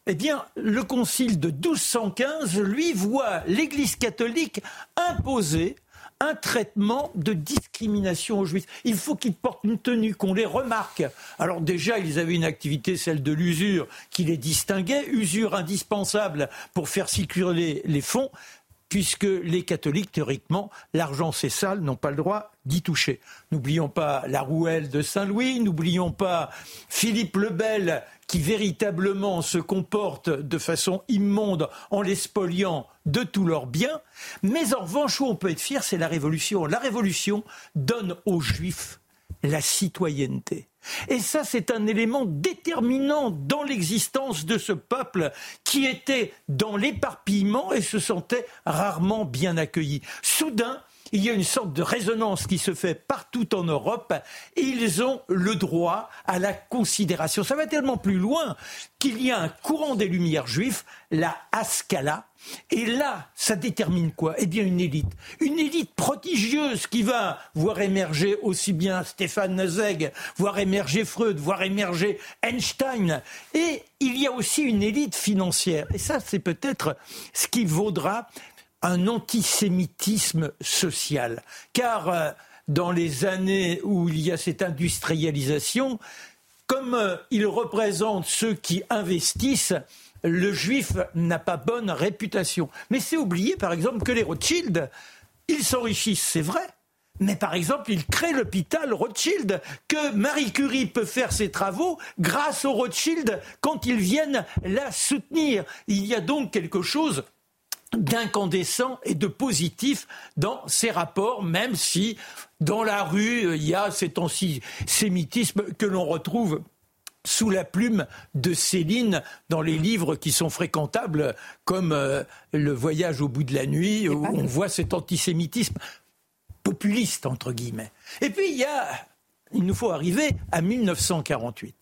Eh bien, le concile de douze cent quinze, lui, voit l'Église catholique imposer un traitement de discrimination aux Juifs. Il faut qu'ils portent une tenue, qu'on les remarque. Alors déjà, ils avaient une activité, celle de l'usure, qui les distinguait, usure indispensable pour faire circuler les fonds, puisque les catholiques, théoriquement, l'argent c'est sale, n'ont pas le droit d'y toucher. N'oublions pas la rouelle de Saint-Louis, n'oublions pas Philippe le Bel, qui véritablement se comporte de façon immonde en les spoliant de tous leurs biens. Mais en revanche, où on peut être fier, c'est la Révolution. La Révolution donne aux Juifs la citoyenneté. Et ça, c'est un élément déterminant dans l'existence de ce peuple qui était dans l'éparpillement et se sentait rarement bien accueilli. Soudain, il y a une sorte de résonance qui se fait partout en Europe et ils ont le droit à la considération. Ça va tellement plus loin qu'il y a un courant des Lumières juifs, la Haskalah. Et là, ça détermine quoi ? Eh bien, une élite. Une élite prodigieuse qui va voir émerger aussi bien Stéphane Zweig, voir émerger Freud, voir émerger Einstein. Et il y a aussi une élite financière. Et ça, c'est peut-être ce qui vaudra un antisémitisme social. Car euh, dans les années où il y a cette industrialisation, comme euh, ils représentent ceux qui investissent, le juif n'a pas bonne réputation. Mais c'est oublier, par exemple, que les Rothschild, ils s'enrichissent, c'est vrai. Mais par exemple, ils créent l'hôpital Rothschild, que Marie Curie peut faire ses travaux grâce aux Rothschild quand ils viennent la soutenir. Il y a donc quelque chose d'incandescent et de positif dans ces rapports, même si dans la rue, il y a cet antisémitisme que l'on retrouve sous la plume de Céline dans les livres qui sont fréquentables, comme euh, Le voyage au bout de la nuit, où on voit cet antisémitisme populiste, entre guillemets. Et puis, il y a, il nous faut arriver à mille neuf cent quarante-huit.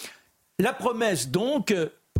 La promesse, donc,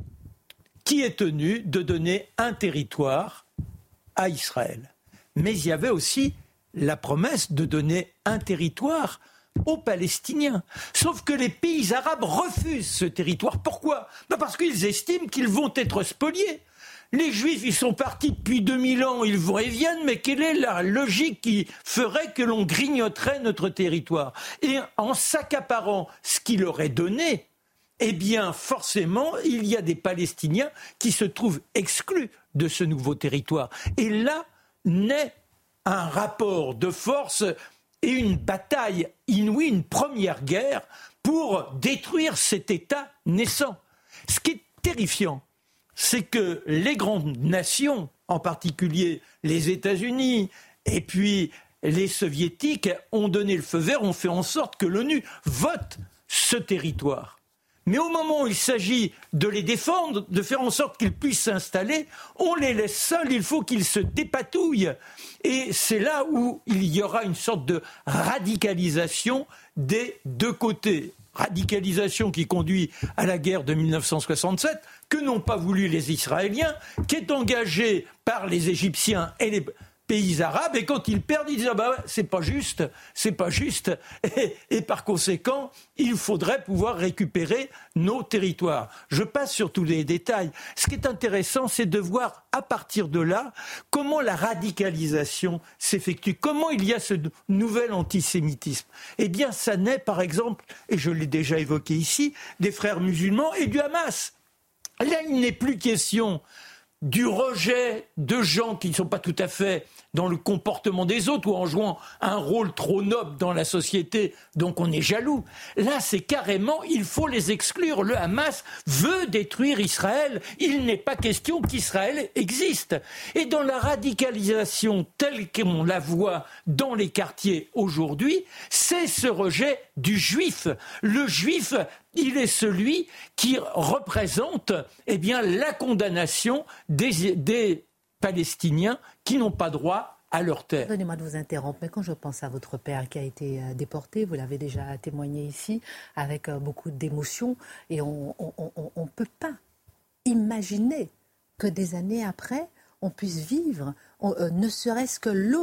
qui est tenue de donner un territoire à Israël. Mais il y avait aussi la promesse de donner un territoire aux Palestiniens. Sauf que les pays arabes refusent ce territoire. Pourquoi ? Ben parce qu'ils estiment qu'ils vont être spoliés. Les Juifs, ils sont partis depuis deux mille ans, ils vont et viennent, mais quelle est la logique qui ferait que l'on grignoterait notre territoire ? Et en s'accaparant ce qui leur est donné, eh bien, forcément, il y a des Palestiniens qui se trouvent exclus de ce nouveau territoire. Et là naît un rapport de force et une bataille inouïe, une première guerre pour détruire cet État naissant. Ce qui est terrifiant, c'est que les grandes nations, en particulier les États-Unis et puis les Soviétiques, ont donné le feu vert, ont fait en sorte que l'ONU vote ce territoire. Mais au moment où il s'agit de les défendre, de faire en sorte qu'ils puissent s'installer, on les laisse seuls, il faut qu'ils se dépatouillent. Et c'est là où il y aura une sorte de radicalisation des deux côtés. Radicalisation qui conduit à la guerre de mille neuf cent soixante-sept, que n'ont pas voulu les Israéliens, qui est engagée par les Égyptiens et les pays arabes, et quand ils perdent, ils disent ah bah c'est pas juste, c'est pas juste, et, et par conséquent, il faudrait pouvoir récupérer nos territoires. Je passe sur tous les détails. Ce qui est intéressant, c'est de voir à partir de là comment la radicalisation s'effectue, comment il y a ce nouvel antisémitisme. Eh bien, ça naît par exemple, et je l'ai déjà évoqué ici, des frères musulmans et du Hamas. Là, il n'est plus question du rejet de gens qui ne sont pas tout à fait dans le comportement des autres ou en jouant un rôle trop noble dans la société, donc on est jaloux. Là, c'est carrément, il faut les exclure. Le Hamas veut détruire Israël. Il n'est pas question qu'Israël existe. Et dans la radicalisation telle qu'on la voit dans les quartiers aujourd'hui, c'est ce rejet du juif. Le juif, il est celui qui représente eh bien, la condamnation des, des Palestiniens qui n'ont pas droit à leur terre. Pardonnez-moi de vous interrompre, mais quand je pense à votre père qui a été euh, déporté, vous l'avez déjà témoigné ici, avec euh, beaucoup d'émotion, et on ne peut pas imaginer que des années après, on puisse vivre, on, euh, ne serait-ce que l'aube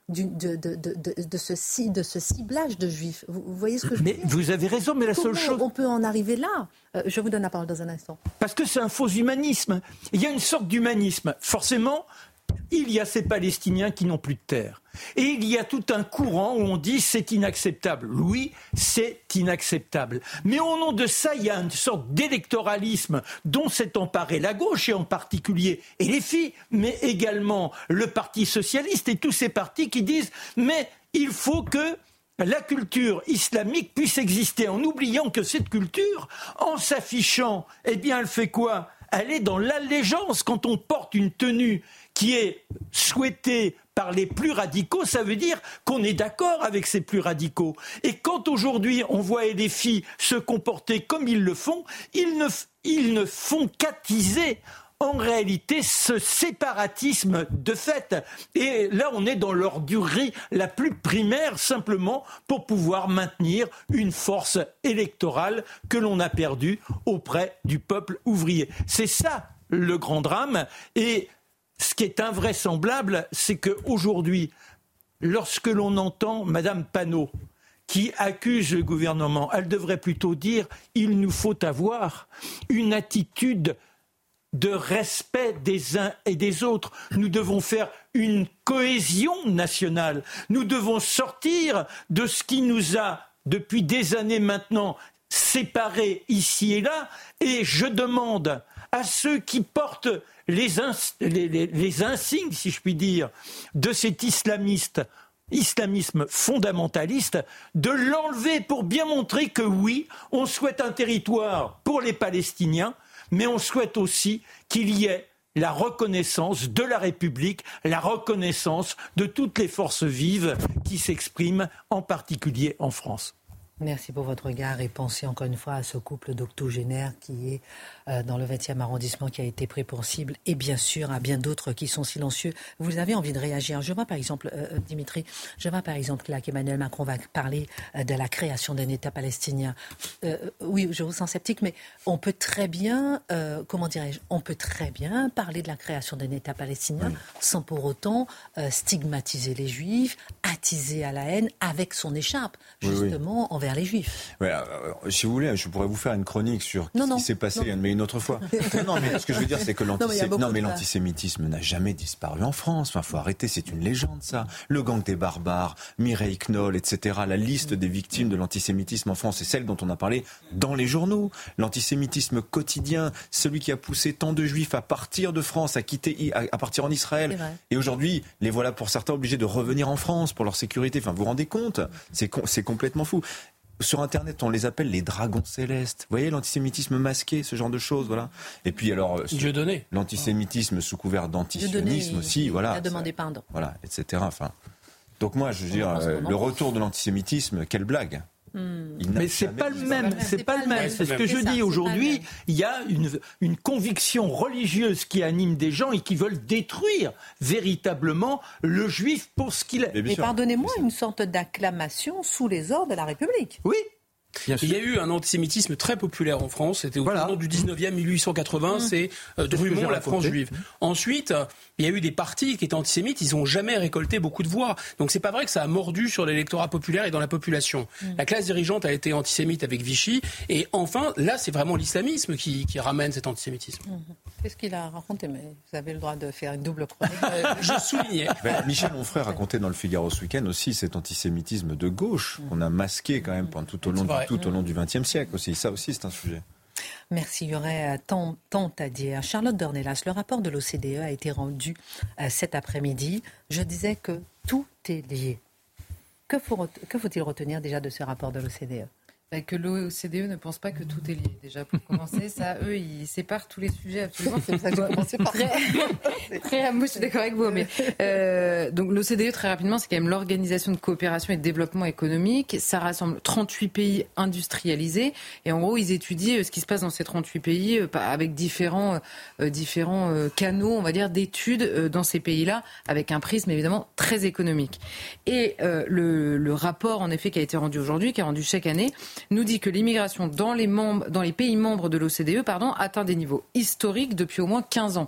du, de, de, de, de, de, ce, de ce ciblage de juifs. Vous, vous voyez ce que je mais veux dire ? Vous avez raison, mais la Comment seule chose... on peut en arriver là ? euh, Je vous donne la parole dans un instant. Parce que c'est un faux humanisme. Il y a une sorte d'humanisme. Forcément, il y a ces Palestiniens qui n'ont plus de terre. Et il y a tout un courant où on dit c'est inacceptable. Oui, c'est inacceptable. Mais au nom de ça, il y a une sorte d'électoralisme dont s'est emparée la gauche, et en particulier et les filles, mais également le Parti socialiste et tous ces partis qui disent mais il faut que la culture islamique puisse exister, en oubliant que cette culture, en s'affichant, eh bien elle fait quoi ? Elle est dans l'allégeance. Quand on porte une tenue qui est souhaitée par les plus radicaux, ça veut dire qu'on est d'accord avec ces plus radicaux. Et quand aujourd'hui on voit les filles se comporter comme ils le font, ils ne, ils ne font qu'attiser en réalité ce séparatisme de fait. Et là on est dans l'ordurie la plus primaire, simplement pour pouvoir maintenir une force électorale que l'on a perdue auprès du peuple ouvrier. C'est ça le grand drame. Et ce qui est invraisemblable, c'est qu'aujourd'hui, lorsque l'on entend Madame Panot, qui accuse le gouvernement, elle devrait plutôt dire « il nous faut avoir une attitude de respect des uns et des autres. Nous devons faire une cohésion nationale. Nous devons sortir de ce qui nous a, depuis des années maintenant, séparés ici et là. Et je demande à ceux qui portent les, ins- les, les, les insignes, si je puis dire, de cet islamiste, islamisme fondamentaliste, de l'enlever pour bien montrer que oui, on souhaite un territoire pour les Palestiniens, mais on souhaite aussi qu'il y ait la reconnaissance de la République, la reconnaissance de toutes les forces vives qui s'expriment, en particulier en France. Merci pour votre regard et pensez encore une fois à ce couple d'octogénaires qui est euh, dans le vingtième arrondissement, qui a été pris pour cible, et bien sûr à bien d'autres qui sont silencieux. Vous avez envie de réagir. Je vois par exemple, euh, Dimitri, je vois par exemple là qu'Emmanuel Macron va parler euh, de la création d'un État palestinien. Euh, oui, je vous sens sceptique, mais on peut très bien, euh, comment dirais-je, on peut très bien parler de la création d'un État palestinien oui. sans pour autant euh, stigmatiser les Juifs, attiser à la haine avec son écharpe, justement, oui, oui. envers les Juifs. Ouais, euh, si vous voulez, je pourrais vous faire une chronique sur non, ce non, qui s'est passé, non. mais une autre fois. non, mais ce que je veux dire, c'est que l'antisé... non, mais l'antisémitisme n'a jamais disparu en France. Enfin, faut arrêter, c'est une légende, ça. Le gang des barbares, Mireille Knoll, et cetera. La liste des victimes de l'antisémitisme en France, c'est celle dont on a parlé dans les journaux. L'antisémitisme quotidien, celui qui a poussé tant de Juifs à partir de France, à quitter, à, à partir en Israël. Et aujourd'hui, les voilà pour certains obligés de revenir en France pour leur sécurité. Enfin, vous vous rendez compte ? C'est, c'est complètement fou. Sur Internet, on les appelle les dragons célestes. Vous voyez, l'antisémitisme masqué, ce genre de choses, voilà. Et puis alors, Dieu donné. L'antisémitisme sous couvert d'antisionisme aussi, voilà. Il a demandé pardon. Voilà, et cetera. Enfin, donc moi, je veux dire, euh, le retour de l'antisémitisme, quelle blague. Hmm. Mais c'est pas le même, c'est, c'est pas le même. C'est ce que je dis aujourd'hui. Il y a une, une conviction religieuse qui anime des gens et qui veulent détruire véritablement le juif pour ce qu'il est. Et pardonnez-moi, une sorte d'acclamation sous les ordres de la République. Oui. Il y a eu un antisémitisme très populaire en France. C'était au voilà. tournant du dix-neuvième, mille huit cent quatre-vingts. Mmh. C'est euh, Drummond, la France juive. Ensuite, euh, il y a eu des partis qui étaient antisémites. Ils n'ont jamais récolté beaucoup de voix. Donc c'est pas vrai que ça a mordu sur l'électorat populaire et dans la population. Mmh. La classe dirigeante a été antisémite avec Vichy. Et enfin, là, c'est vraiment l'islamisme qui, qui ramène cet antisémitisme. Mmh. Qu'est-ce qu'il a raconté? Mais vous avez le droit de faire une double chronique. euh, je soulignais. Ben, Michel Onfray racontait dans le Figaro ce week-end aussi cet antisémitisme de gauche mmh. qu'on a masqué quand même pendant tout au long, du, tout au long du vingtième siècle aussi. Ça aussi, c'est un sujet. Merci, il y aurait tant, tant à dire. Charlotte Dornelas, le rapport de l'O C D E a été rendu euh, cet après-midi. Je disais que tout est lié. Que, faut, que faut-il retenir déjà de ce rapport de l'O C D E? Que l'O C D E ne pense pas que tout est lié. Déjà, pour commencer, ça, eux, ils séparent tous les sujets absolument. C'est ça que j'ai commencé par. Très, très, moi, je suis d'accord avec vous. Mais, euh, donc, l'O C D E, très rapidement, c'est quand même l'Organisation de coopération et de développement économique. Ça rassemble trente-huit pays industrialisés. Et en gros, ils étudient ce qui se passe dans ces trente-huit pays avec différents, euh, différents euh, canaux, on va dire, d'études euh, dans ces pays-là, avec un prisme, évidemment, très économique. Et euh, le, le rapport, en effet, qui a été rendu aujourd'hui, qui est rendu chaque année, nous dit que l'immigration dans les, membres, dans les pays membres de l'O C D E pardon, atteint des niveaux historiques depuis au moins quinze ans.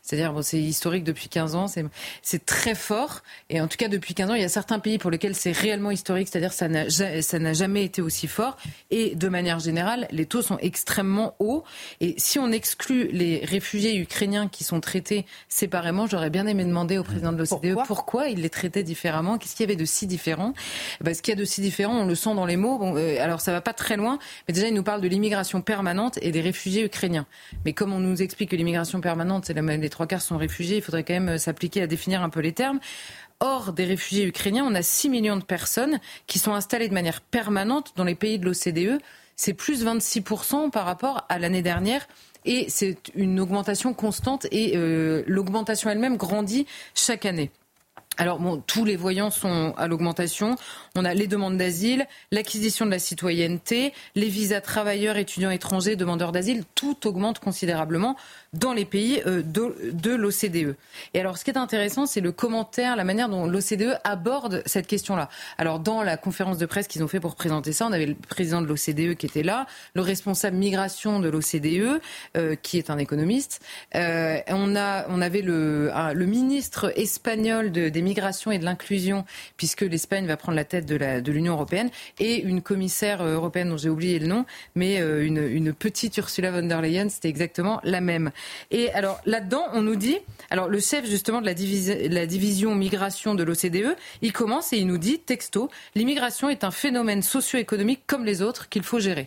C'est-à-dire, bon, c'est historique depuis quinze ans, c'est, c'est très fort. Et en tout cas, depuis quinze ans, il y a certains pays pour lesquels c'est réellement historique, c'est-à-dire que ça n'a, ça n'a jamais été aussi fort. Et de manière générale, les taux sont extrêmement hauts. Et si on exclut les réfugiés ukrainiens qui sont traités séparément, j'aurais bien aimé demander au président de l'O C D E pourquoi, pourquoi il les traitait différemment, qu'est-ce qu'il y avait de si différent. Ben, ce qu'il y a de si différent, on le sent dans les mots. Bon, euh, alors ça va pas très loin, mais déjà il nous parle de l'immigration permanente et des réfugiés ukrainiens. Mais comme on nous explique que l'immigration permanente, c'est la même, les trois quarts sont réfugiés, il faudrait quand même s'appliquer à définir un peu les termes. Hors des réfugiés ukrainiens, on a six millions de personnes qui sont installées de manière permanente dans les pays de l'O C D E. C'est plus vingt-six pour cent par rapport à l'année dernière. Et c'est une augmentation constante et euh, l'augmentation elle-même grandit chaque année. Alors bon, tous les voyants sont à l'augmentation. On a les demandes d'asile, l'acquisition de la citoyenneté, les visas travailleurs, étudiants étrangers, demandeurs d'asile. Tout augmente considérablement dans les pays de, de l'O C D E. Et alors, ce qui est intéressant, c'est le commentaire, la manière dont l'O C D E aborde cette question-là. Alors, dans la conférence de presse qu'ils ont fait pour présenter ça, on avait le président de l'O C D E qui était là, le responsable migration de l'O C D E, euh, qui est un économiste. Euh, on a, on avait le, un, le ministre espagnol de, des migrations et de l'inclusion, puisque l'Espagne va prendre la tête de, la, de l'Union européenne, et une commissaire européenne dont j'ai oublié le nom, mais euh, une, une petite Ursula von der Leyen, c'était exactement la même. Et alors là-dedans, on nous dit, alors le chef justement de la, divisi- la division migration de l'O C D E, il commence et il nous dit, texto, l'immigration est un phénomène socio-économique comme les autres qu'il faut gérer.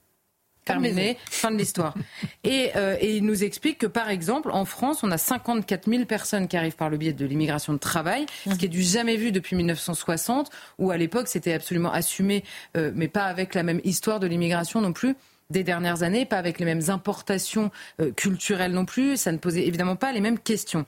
Terminé, fin de l'histoire. Et, euh, et il nous explique que, par exemple, en France, on a cinquante-quatre mille personnes qui arrivent par le biais de l'immigration de travail, ce qui est du jamais vu depuis dix-neuf cent soixante, où à l'époque, c'était absolument assumé, euh, mais pas avec la même histoire de l'immigration non plus, des dernières années, pas avec les mêmes importations euh, culturelles non plus, ça ne posait évidemment pas les mêmes questions.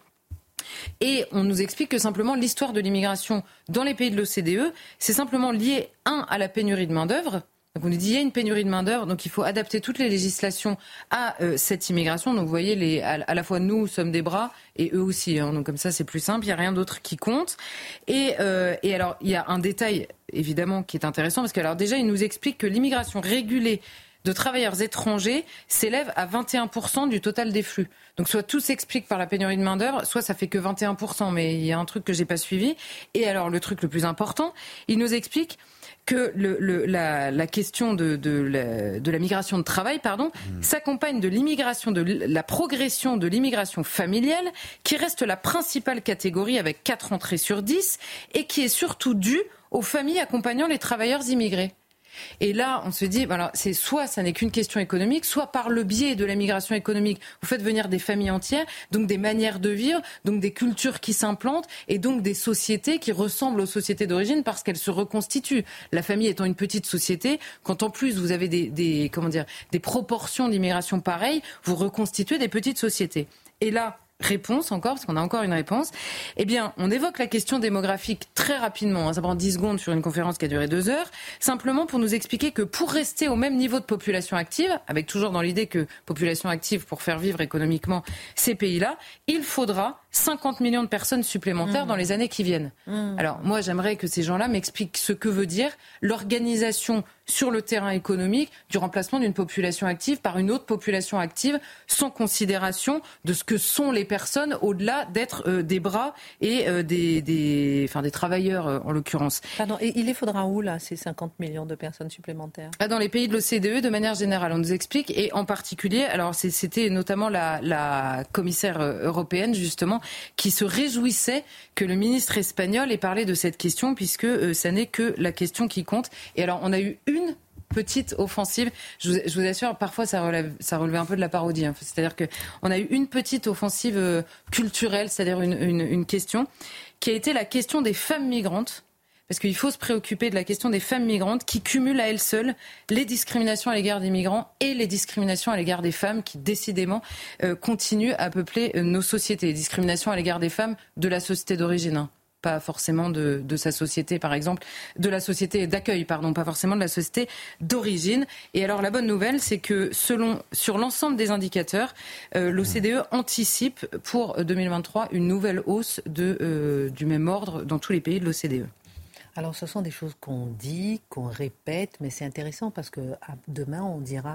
Et on nous explique que simplement l'histoire de l'immigration dans les pays de l'O C D E, c'est simplement lié, un, à la pénurie de main-d'œuvre. Donc on nous dit qu'il y a une pénurie de main-d'œuvre, donc il faut adapter toutes les législations à euh, cette immigration. Donc vous voyez, les, à, à la fois nous sommes des bras et eux aussi. Hein, donc comme ça c'est plus simple, il n'y a rien d'autre qui compte. Et, euh, et alors il y a un détail évidemment qui est intéressant parce que alors déjà il nous explique que l'immigration régulée de travailleurs étrangers s'élève à vingt et un pour cent du total des flux. Donc soit tout s'explique par la pénurie de main-d'œuvre, soit ça fait que vingt et un pour cent, mais il y a un truc que j'ai pas suivi. Et alors le truc le plus important, il nous explique que le, le, la, la question de, de, la, de la migration de travail pardon, mmh. s'accompagne de l'immigration, de la progression de l'immigration familiale, qui reste la principale catégorie avec quatre entrées sur dix, et qui est surtout due aux familles accompagnant les travailleurs immigrés. Et là, on se dit, voilà, c'est soit ça n'est qu'une question économique, soit par le biais de la migration économique, vous faites venir des familles entières, donc des manières de vivre, donc des cultures qui s'implantent, et donc des sociétés qui ressemblent aux sociétés d'origine parce qu'elles se reconstituent. La famille étant une petite société, quand en plus vous avez des, des comment dire, des proportions d'immigration pareilles, vous reconstituez des petites sociétés. Et là, réponse encore, parce qu'on a encore une réponse. Eh bien, on évoque la question démographique très rapidement. Hein, ça prend dix secondes sur une conférence qui a duré deux heures. Simplement pour nous expliquer que pour rester au même niveau de population active, avec toujours dans l'idée que population active pour faire vivre économiquement ces pays-là, il faudra cinquante millions de personnes supplémentaires mmh. dans les années qui viennent. Mmh. Alors, moi, j'aimerais que ces gens-là m'expliquent ce que veut dire l'organisation sur le terrain économique du remplacement d'une population active par une autre population active sans considération de ce que sont les personnes au-delà d'être euh, des bras et euh, des, des, enfin, des travailleurs euh, en l'occurrence. Pardon, et il les faudra où là, ces cinquante millions de personnes supplémentaires ? Dans les pays de l'O C D E de manière générale, on nous explique, et en particulier, alors c'est, c'était notamment la, la commissaire européenne justement qui se réjouissait que le ministre espagnol ait parlé de cette question puisque euh, ça n'est que la question qui compte. Et alors on a eu une Une petite offensive. Je vous, je vous assure, parfois ça, relève, ça relevait un peu de la parodie. Hein. C'est-à-dire qu'on a eu une petite offensive euh, culturelle, c'est-à-dire une, une, une question, qui a été la question des femmes migrantes. Parce qu'il faut se préoccuper de la question des femmes migrantes qui cumulent à elles seules les discriminations à l'égard des migrants et les discriminations à l'égard des femmes qui, décidément, euh, continuent à peupler euh, nos sociétés. Les discriminations à l'égard des femmes de la société d'origine. Hein. Pas forcément de, de sa société, par exemple, de la société d'accueil, pardon, pas forcément de la société d'origine. Et alors la bonne nouvelle, c'est que selon sur l'ensemble des indicateurs, euh, l'O C D E anticipe pour deux mille vingt-trois une nouvelle hausse de, euh, du même ordre dans tous les pays de l'O C D E. Alors ce sont des choses qu'on dit, qu'on répète, mais c'est intéressant parce que demain on dira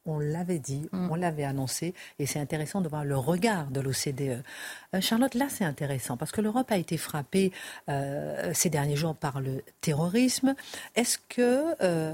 On l'avait dit, mmh. on l'avait annoncé, et c'est intéressant de voir le regard de l'O C D E. Euh, Charlotte, là c'est intéressant, parce que l'Europe a été frappée euh, ces derniers jours par le terrorisme. Est-ce que, euh,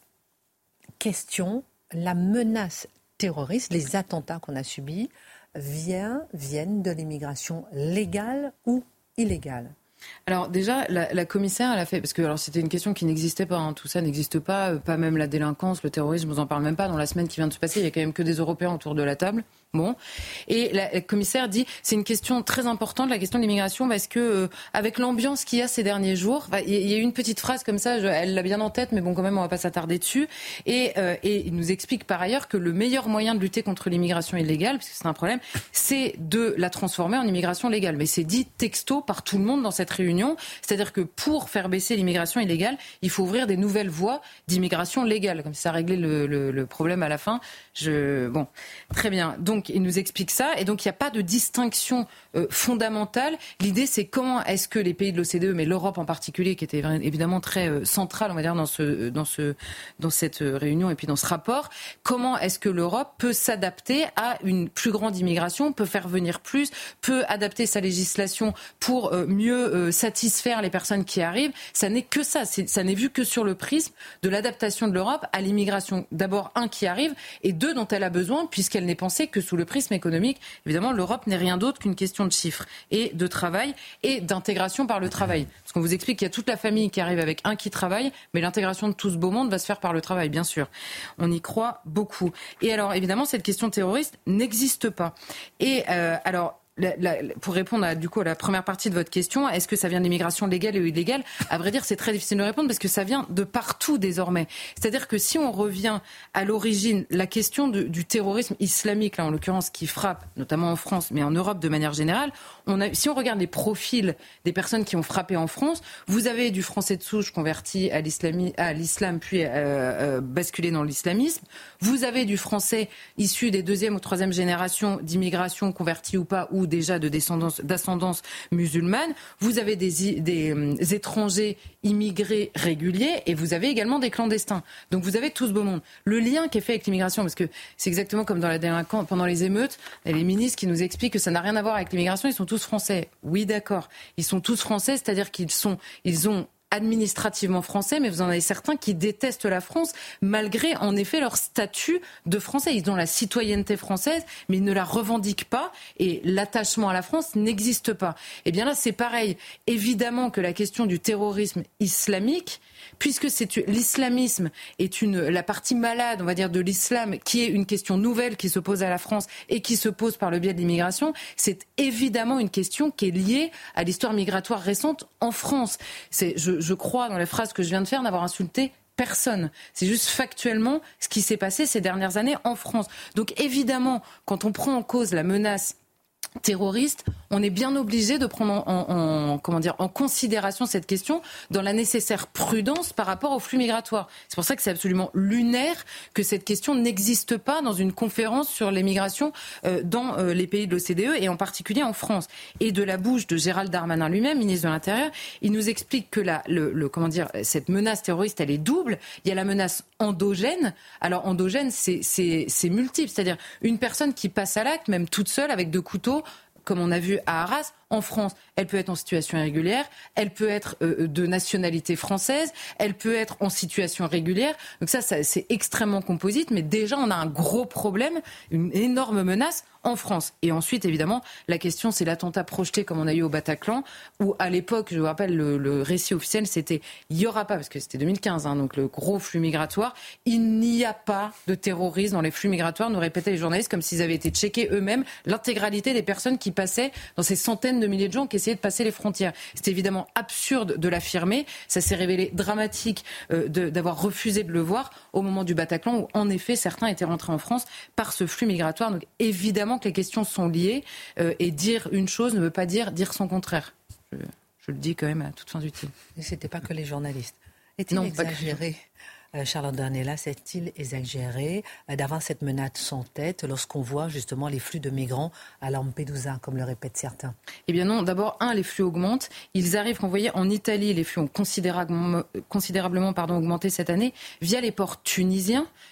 question, la menace terroriste, les attentats qu'on a subis, vient, viennent de l'immigration légale ou illégale ? Alors déjà, la, la commissaire, elle a fait, parce que alors c'était une question qui n'existait pas, hein, tout ça n'existe pas, euh, pas même la délinquance, le terrorisme, je vous en parle même pas. Dans la semaine qui vient de se passer, il y a quand même que des Européens autour de la table. Bon, et la, la commissaire dit, c'est une question très importante, la question de l'immigration, parce que euh, avec l'ambiance qu'il y a ces derniers jours, il y, y a eu une petite phrase comme ça, je, elle l'a bien en tête, mais bon, quand même, on va pas s'attarder dessus. Et, euh, et il nous explique par ailleurs que le meilleur moyen de lutter contre l'immigration illégale, parce que c'est un problème, c'est de la transformer en immigration légale. Mais c'est dit texto par tout le monde dans cette réunion, c'est-à-dire que pour faire baisser l'immigration illégale, il faut ouvrir des nouvelles voies d'immigration légale, comme si ça réglait le, le, le problème à la fin. Je... Bon, très bien. Donc, il nous explique ça. Et donc, il n'y a pas de distinction euh, fondamentale. L'idée, c'est comment est-ce que les pays de l'O C D E, mais l'Europe en particulier, qui était évidemment très euh, centrale, on va dire, dans, ce, dans, ce, dans cette réunion et puis dans ce rapport, comment est-ce que l'Europe peut s'adapter à une plus grande immigration, peut faire venir plus, peut adapter sa législation pour euh, mieux euh, satisfaire les personnes qui arrivent. Ça n'est que ça. C'est, ça n'est vu que sur le prisme de l'adaptation de l'Europe à l'immigration. D'abord, un, qui arrive, et deux, dont elle a besoin, puisqu'elle n'est pensée que sous le prisme économique. Évidemment, l'Europe n'est rien d'autre qu'une question de chiffres et de travail et d'intégration par le travail. Parce qu'on vous explique qu'il y a toute la famille qui arrive avec un qui travaille, mais l'intégration de tout ce beau monde va se faire par le travail, bien sûr. On y croit beaucoup. Et alors, évidemment, cette question terroriste n'existe pas. Et euh, alors... La, la, pour répondre à, du coup, à la première partie de votre question, est-ce que ça vient de l'immigration légale ou illégale ? À vrai dire, c'est très difficile de répondre parce que ça vient de partout désormais. C'est-à-dire que si on revient à l'origine, la question de, du terrorisme islamique, là en l'occurrence, qui frappe, notamment en France, mais en Europe de manière générale, on a, si on regarde les profils des personnes qui ont frappé en France, vous avez du français de souche converti à, à l'islam, puis euh, euh, basculé dans l'islamisme. Vous avez du français issu des deuxième ou troisième générations d'immigration, converti ou pas, ou déjà de descendance, d'ascendance musulmane, vous avez des, des, des étrangers immigrés réguliers et vous avez également des clandestins. Donc vous avez tout ce beau monde. Le lien qui est fait avec l'immigration, parce que c'est exactement comme dans la délinquance, pendant les émeutes, il y a les ministres qui nous expliquent que ça n'a rien à voir avec l'immigration, ils sont tous français. Oui, d'accord. Ils sont tous français, c'est-à-dire qu'ils sont, ils ont administrativement français, mais vous en avez certains qui détestent la France malgré en effet leur statut de français. Ils ont la citoyenneté française, mais ils ne la revendiquent pas et l'attachement à la France n'existe pas. Et bien là, c'est pareil. Évidemment que la question du terrorisme islamique, puisque c'est, l'islamisme est une, la partie malade, on va dire, de l'islam, qui est une question nouvelle qui se pose à la France et qui se pose par le biais de l'immigration, c'est évidemment une question qui est liée à l'histoire migratoire récente en France. C'est, je, je crois, dans la phrase que je viens de faire, n'avoir insulté personne. C'est juste factuellement ce qui s'est passé ces dernières années en France. Donc évidemment, quand on prend en cause la menace terroristes, on est bien obligé de prendre en, en, en, comment dire, en considération cette question dans la nécessaire prudence par rapport aux flux migratoires. C'est pour ça que c'est absolument lunaire que cette question n'existe pas dans une conférence sur les migrations euh, dans euh, les pays de l'O C D E et en particulier en France. Et de la bouche de Gérald Darmanin lui-même, ministre de l'Intérieur, il nous explique que la, le, le, comment dire, cette menace terroriste, elle est double. Il y a la menace endogène. Alors endogène, c'est, c'est, c'est multiple, c'est-à-dire une personne qui passe à l'acte, même toute seule, avec deux couteaux, comme on a vu à Arras, en France. Elle peut être en situation irrégulière, elle peut être euh, de nationalité française, elle peut être en situation régulière. Donc ça, ça, c'est extrêmement composite, mais déjà on a un gros problème, une énorme menace en France. Et ensuite, évidemment, la question, c'est l'attentat projeté comme on a eu au Bataclan, où à l'époque, je vous rappelle, le, le récit officiel, c'était il n'y aura pas, parce que c'était deux mille quinze, hein, donc le gros flux migratoire, il n'y a pas de terrorisme dans les flux migratoires, nous répétaient les journalistes, comme s'ils avaient été checkés eux-mêmes l'intégralité des personnes qui passaient dans ces centaines de milliers de gens qui essayaient de passer les frontières. C'est évidemment absurde de l'affirmer. Ça s'est révélé dramatique euh, de, d'avoir refusé de le voir au moment du Bataclan où, en effet, certains étaient rentrés en France par ce flux migratoire. Donc, évidemment que les questions sont liées euh, et dire une chose ne veut pas dire dire son contraire. Je, je le dis quand même à toute fin utile. Et c'était pas que les journalistes. Est-il non, exagéré Euh, Charlotte Dornelas, est-il exagéré euh, d'avoir cette menace en tête lorsqu'on voit justement les flux de migrants à Lampedusa, comme le répètent certains ? Eh bien non, d'abord, un, les flux augmentent. Ils arrivent, quand vous voyez, en Italie, les flux ont considérablement, considérablement pardon, augmenté cette année via les ports tunisiens.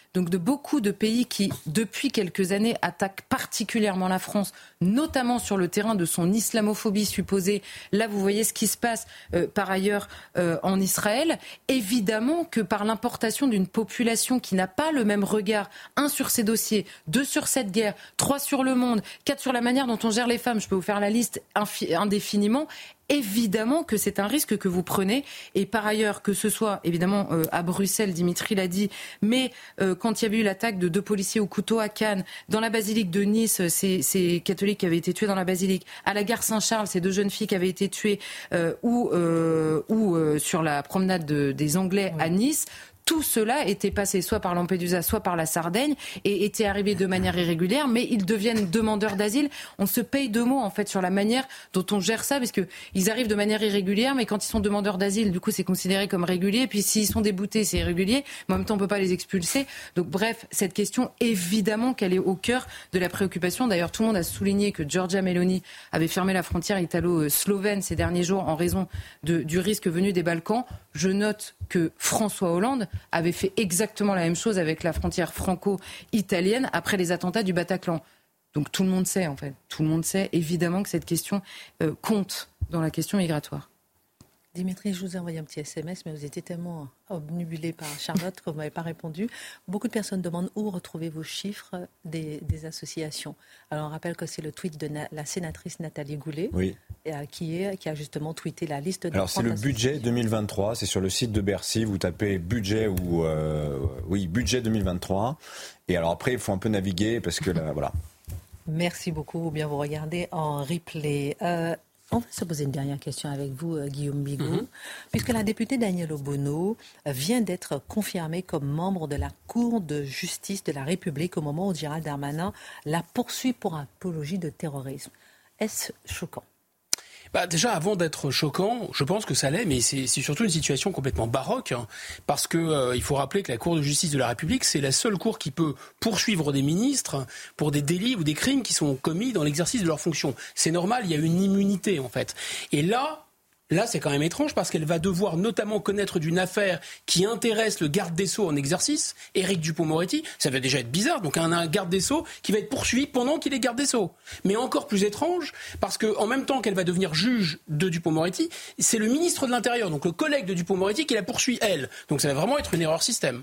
donc de beaucoup de pays qui, depuis quelques années, attaquent particulièrement la France, notamment sur le terrain de son islamophobie supposée. Là, vous voyez ce qui se passe euh, par ailleurs euh, en Israël. Évidemment que par l'importation d'une population qui n'a pas le même regard, un sur ces dossiers, deux sur cette guerre, trois sur le monde, quatre sur la manière dont on gère les femmes, je peux vous faire la liste infi- indéfiniment, évidemment que c'est un risque que vous prenez. Et par ailleurs, que ce soit évidemment euh, à Bruxelles, Dimitri l'a dit, mais euh, quand il y avait eu l'attaque de deux policiers au couteau à Cannes, dans la basilique de Nice, ces, ces catholiques qui avaient été tués dans la basilique, à la gare Saint-Charles, ces deux jeunes filles qui avaient été tuées, euh, ou, euh, ou euh, sur la promenade de, des Anglais à Nice, tout cela était passé soit par Lampedusa, soit par la Sardaigne et était arrivé de manière irrégulière, mais ils deviennent demandeurs d'asile. On se paye deux mots en fait sur la manière dont on gère ça, parce qu'ils arrivent de manière irrégulière, mais quand ils sont demandeurs d'asile, du coup c'est considéré comme régulier, et puis s'ils sont déboutés, c'est irrégulier, mais en même temps on ne peut pas les expulser. Donc bref, cette question, évidemment qu'elle est au cœur de la préoccupation. D'ailleurs, tout le monde a souligné que Giorgia Meloni avait fermé la frontière italo-slovène ces derniers jours en raison de, du risque venu des Balkans. Je note que François Hollande avait fait exactement la même chose avec la frontière franco-italienne après les attentats du Bataclan. Donc tout le monde sait, en fait. Tout le monde sait, évidemment, que cette question euh, compte dans la question migratoire. Dimitri, je vous ai envoyé un petit S M S, mais vous étiez tellement obnubilé par Charlotte que vous ne m'avez pas répondu. Beaucoup de personnes demandent où retrouver vos chiffres des, des associations. Alors on rappelle que c'est le tweet de na- la sénatrice Nathalie Goulet, oui. euh, qui, est, qui a justement tweeté la liste de... Alors c'est le budget deux mille vingt-trois, c'est sur le site de Bercy, vous tapez budget ou... Euh, oui, budget deux mille vingt-trois. Et alors après, il faut un peu naviguer parce que là, voilà. Merci beaucoup, ou bien vous regardez en replay. Euh, On va se poser une dernière question avec vous, Guillaume Bigot, mm-hmm. puisque la députée Danielle Obono vient d'être confirmée comme membre de la Cour de justice de la République au moment où Gérald Darmanin la poursuit pour apologie de terrorisme. Est-ce choquant ? Bah déjà, avant d'être choquant, je pense que ça l'est, mais c'est, c'est surtout une situation complètement baroque, hein, parce que euh, il faut rappeler que la Cour de justice de la République, c'est la seule cour qui peut poursuivre des ministres pour des délits ou des crimes qui sont commis dans l'exercice de leurs fonctions. C'est normal, il y a une immunité en fait. Et là... Là, c'est quand même étrange parce qu'elle va devoir notamment connaître d'une affaire qui intéresse le garde des Sceaux en exercice, Éric Dupond-Moretti. Ça va déjà être bizarre. Donc, un, un garde des Sceaux qui va être poursuivi pendant qu'il est garde des Sceaux. Mais encore plus étrange parce qu'en même temps qu'elle va devenir juge de Dupond-Moretti, c'est le ministre de l'Intérieur, donc le collègue de Dupond-Moretti, qui la poursuit, elle. Donc, ça va vraiment être une erreur système.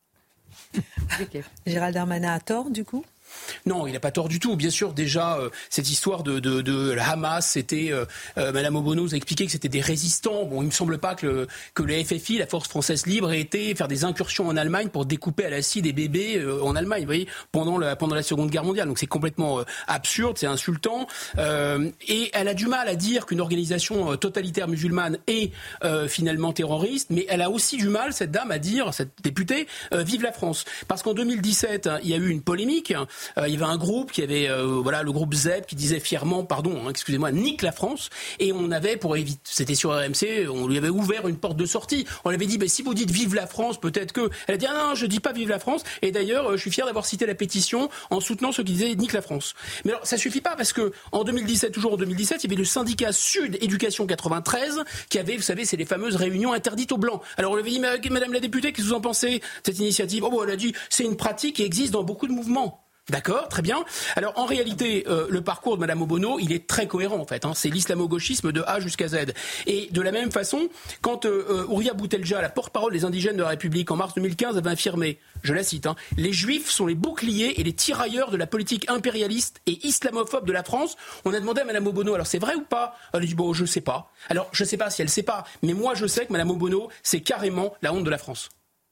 Gérald Darmanin a tort, du coup ? Non, il n'a pas tort du tout. Bien sûr, déjà, euh, cette histoire de, de, de la Hamas, c'était... Euh, euh, Madame Obono nous a expliqué que c'était des résistants. Bon, il ne me semble pas que le, que le F F I, la Force Française Libre, ait été faire des incursions en Allemagne pour découper à la scie des bébés euh, en Allemagne, vous voyez, pendant la, pendant la Seconde Guerre mondiale. Donc c'est complètement euh, absurde, c'est insultant. Euh, et elle a du mal à dire qu'une organisation euh, totalitaire musulmane est euh, finalement terroriste, mais elle a aussi du mal, cette dame, à dire, cette députée, euh, vive la France. Parce qu'en deux mille dix-sept, il y a eu une polémique. Euh, il y avait un groupe qui avait, euh, voilà, le groupe Z E P qui disait fièrement, pardon, hein, excusez-moi, nique la France. Et on avait, pour éviter, c'était sur R M C, on lui avait ouvert une porte de sortie. On lui avait dit, bah, si vous dites vive la France, peut-être que. Elle a dit, ah non, je dis pas vive la France. Et d'ailleurs, je suis fier d'avoir cité la pétition en soutenant ceux qui disaient nique la France. Mais alors, ça suffit pas parce que en deux mille dix-sept, toujours en deux mille dix-sept, il y avait le syndicat Sud Éducation quatre-vingt-treize qui avait, vous savez, c'est les fameuses réunions interdites aux Blancs. Alors on lui avait dit, mais, Madame la députée, qu'est-ce que vous en pensez de cette initiative? Oh, bon, elle a dit, c'est une pratique qui existe dans beaucoup de mouvements. D'accord, très bien. Alors en réalité, euh, le parcours de Madame Obono, il est très cohérent en fait. Hein. C'est l'islamo-gauchisme de A jusqu'à Z. Et de la même façon, quand euh, Ouria Boutelja, la porte-parole des indigènes de la République, en mars deux mille quinze, avait affirmé, je la cite, hein, « Les Juifs sont les boucliers et les tirailleurs de la politique impérialiste et islamophobe de la France », on a demandé à Madame Obono, alors c'est vrai ou pas? Elle a dit, bon, je sais pas. Alors je sais pas si elle sait pas, mais moi je sais que Madame Obono, c'est carrément la honte de la France.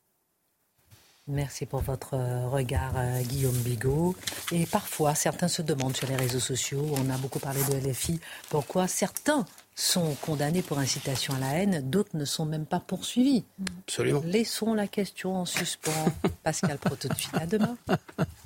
Merci pour votre regard, Guillaume Bigot. Et parfois, certains se demandent sur les réseaux sociaux, on a beaucoup parlé de L F I, pourquoi certains sont condamnés pour incitation à la haine, d'autres ne sont même pas poursuivis. Absolument. Laissons la question en suspens. Pascal Pro, tout de suite, à demain.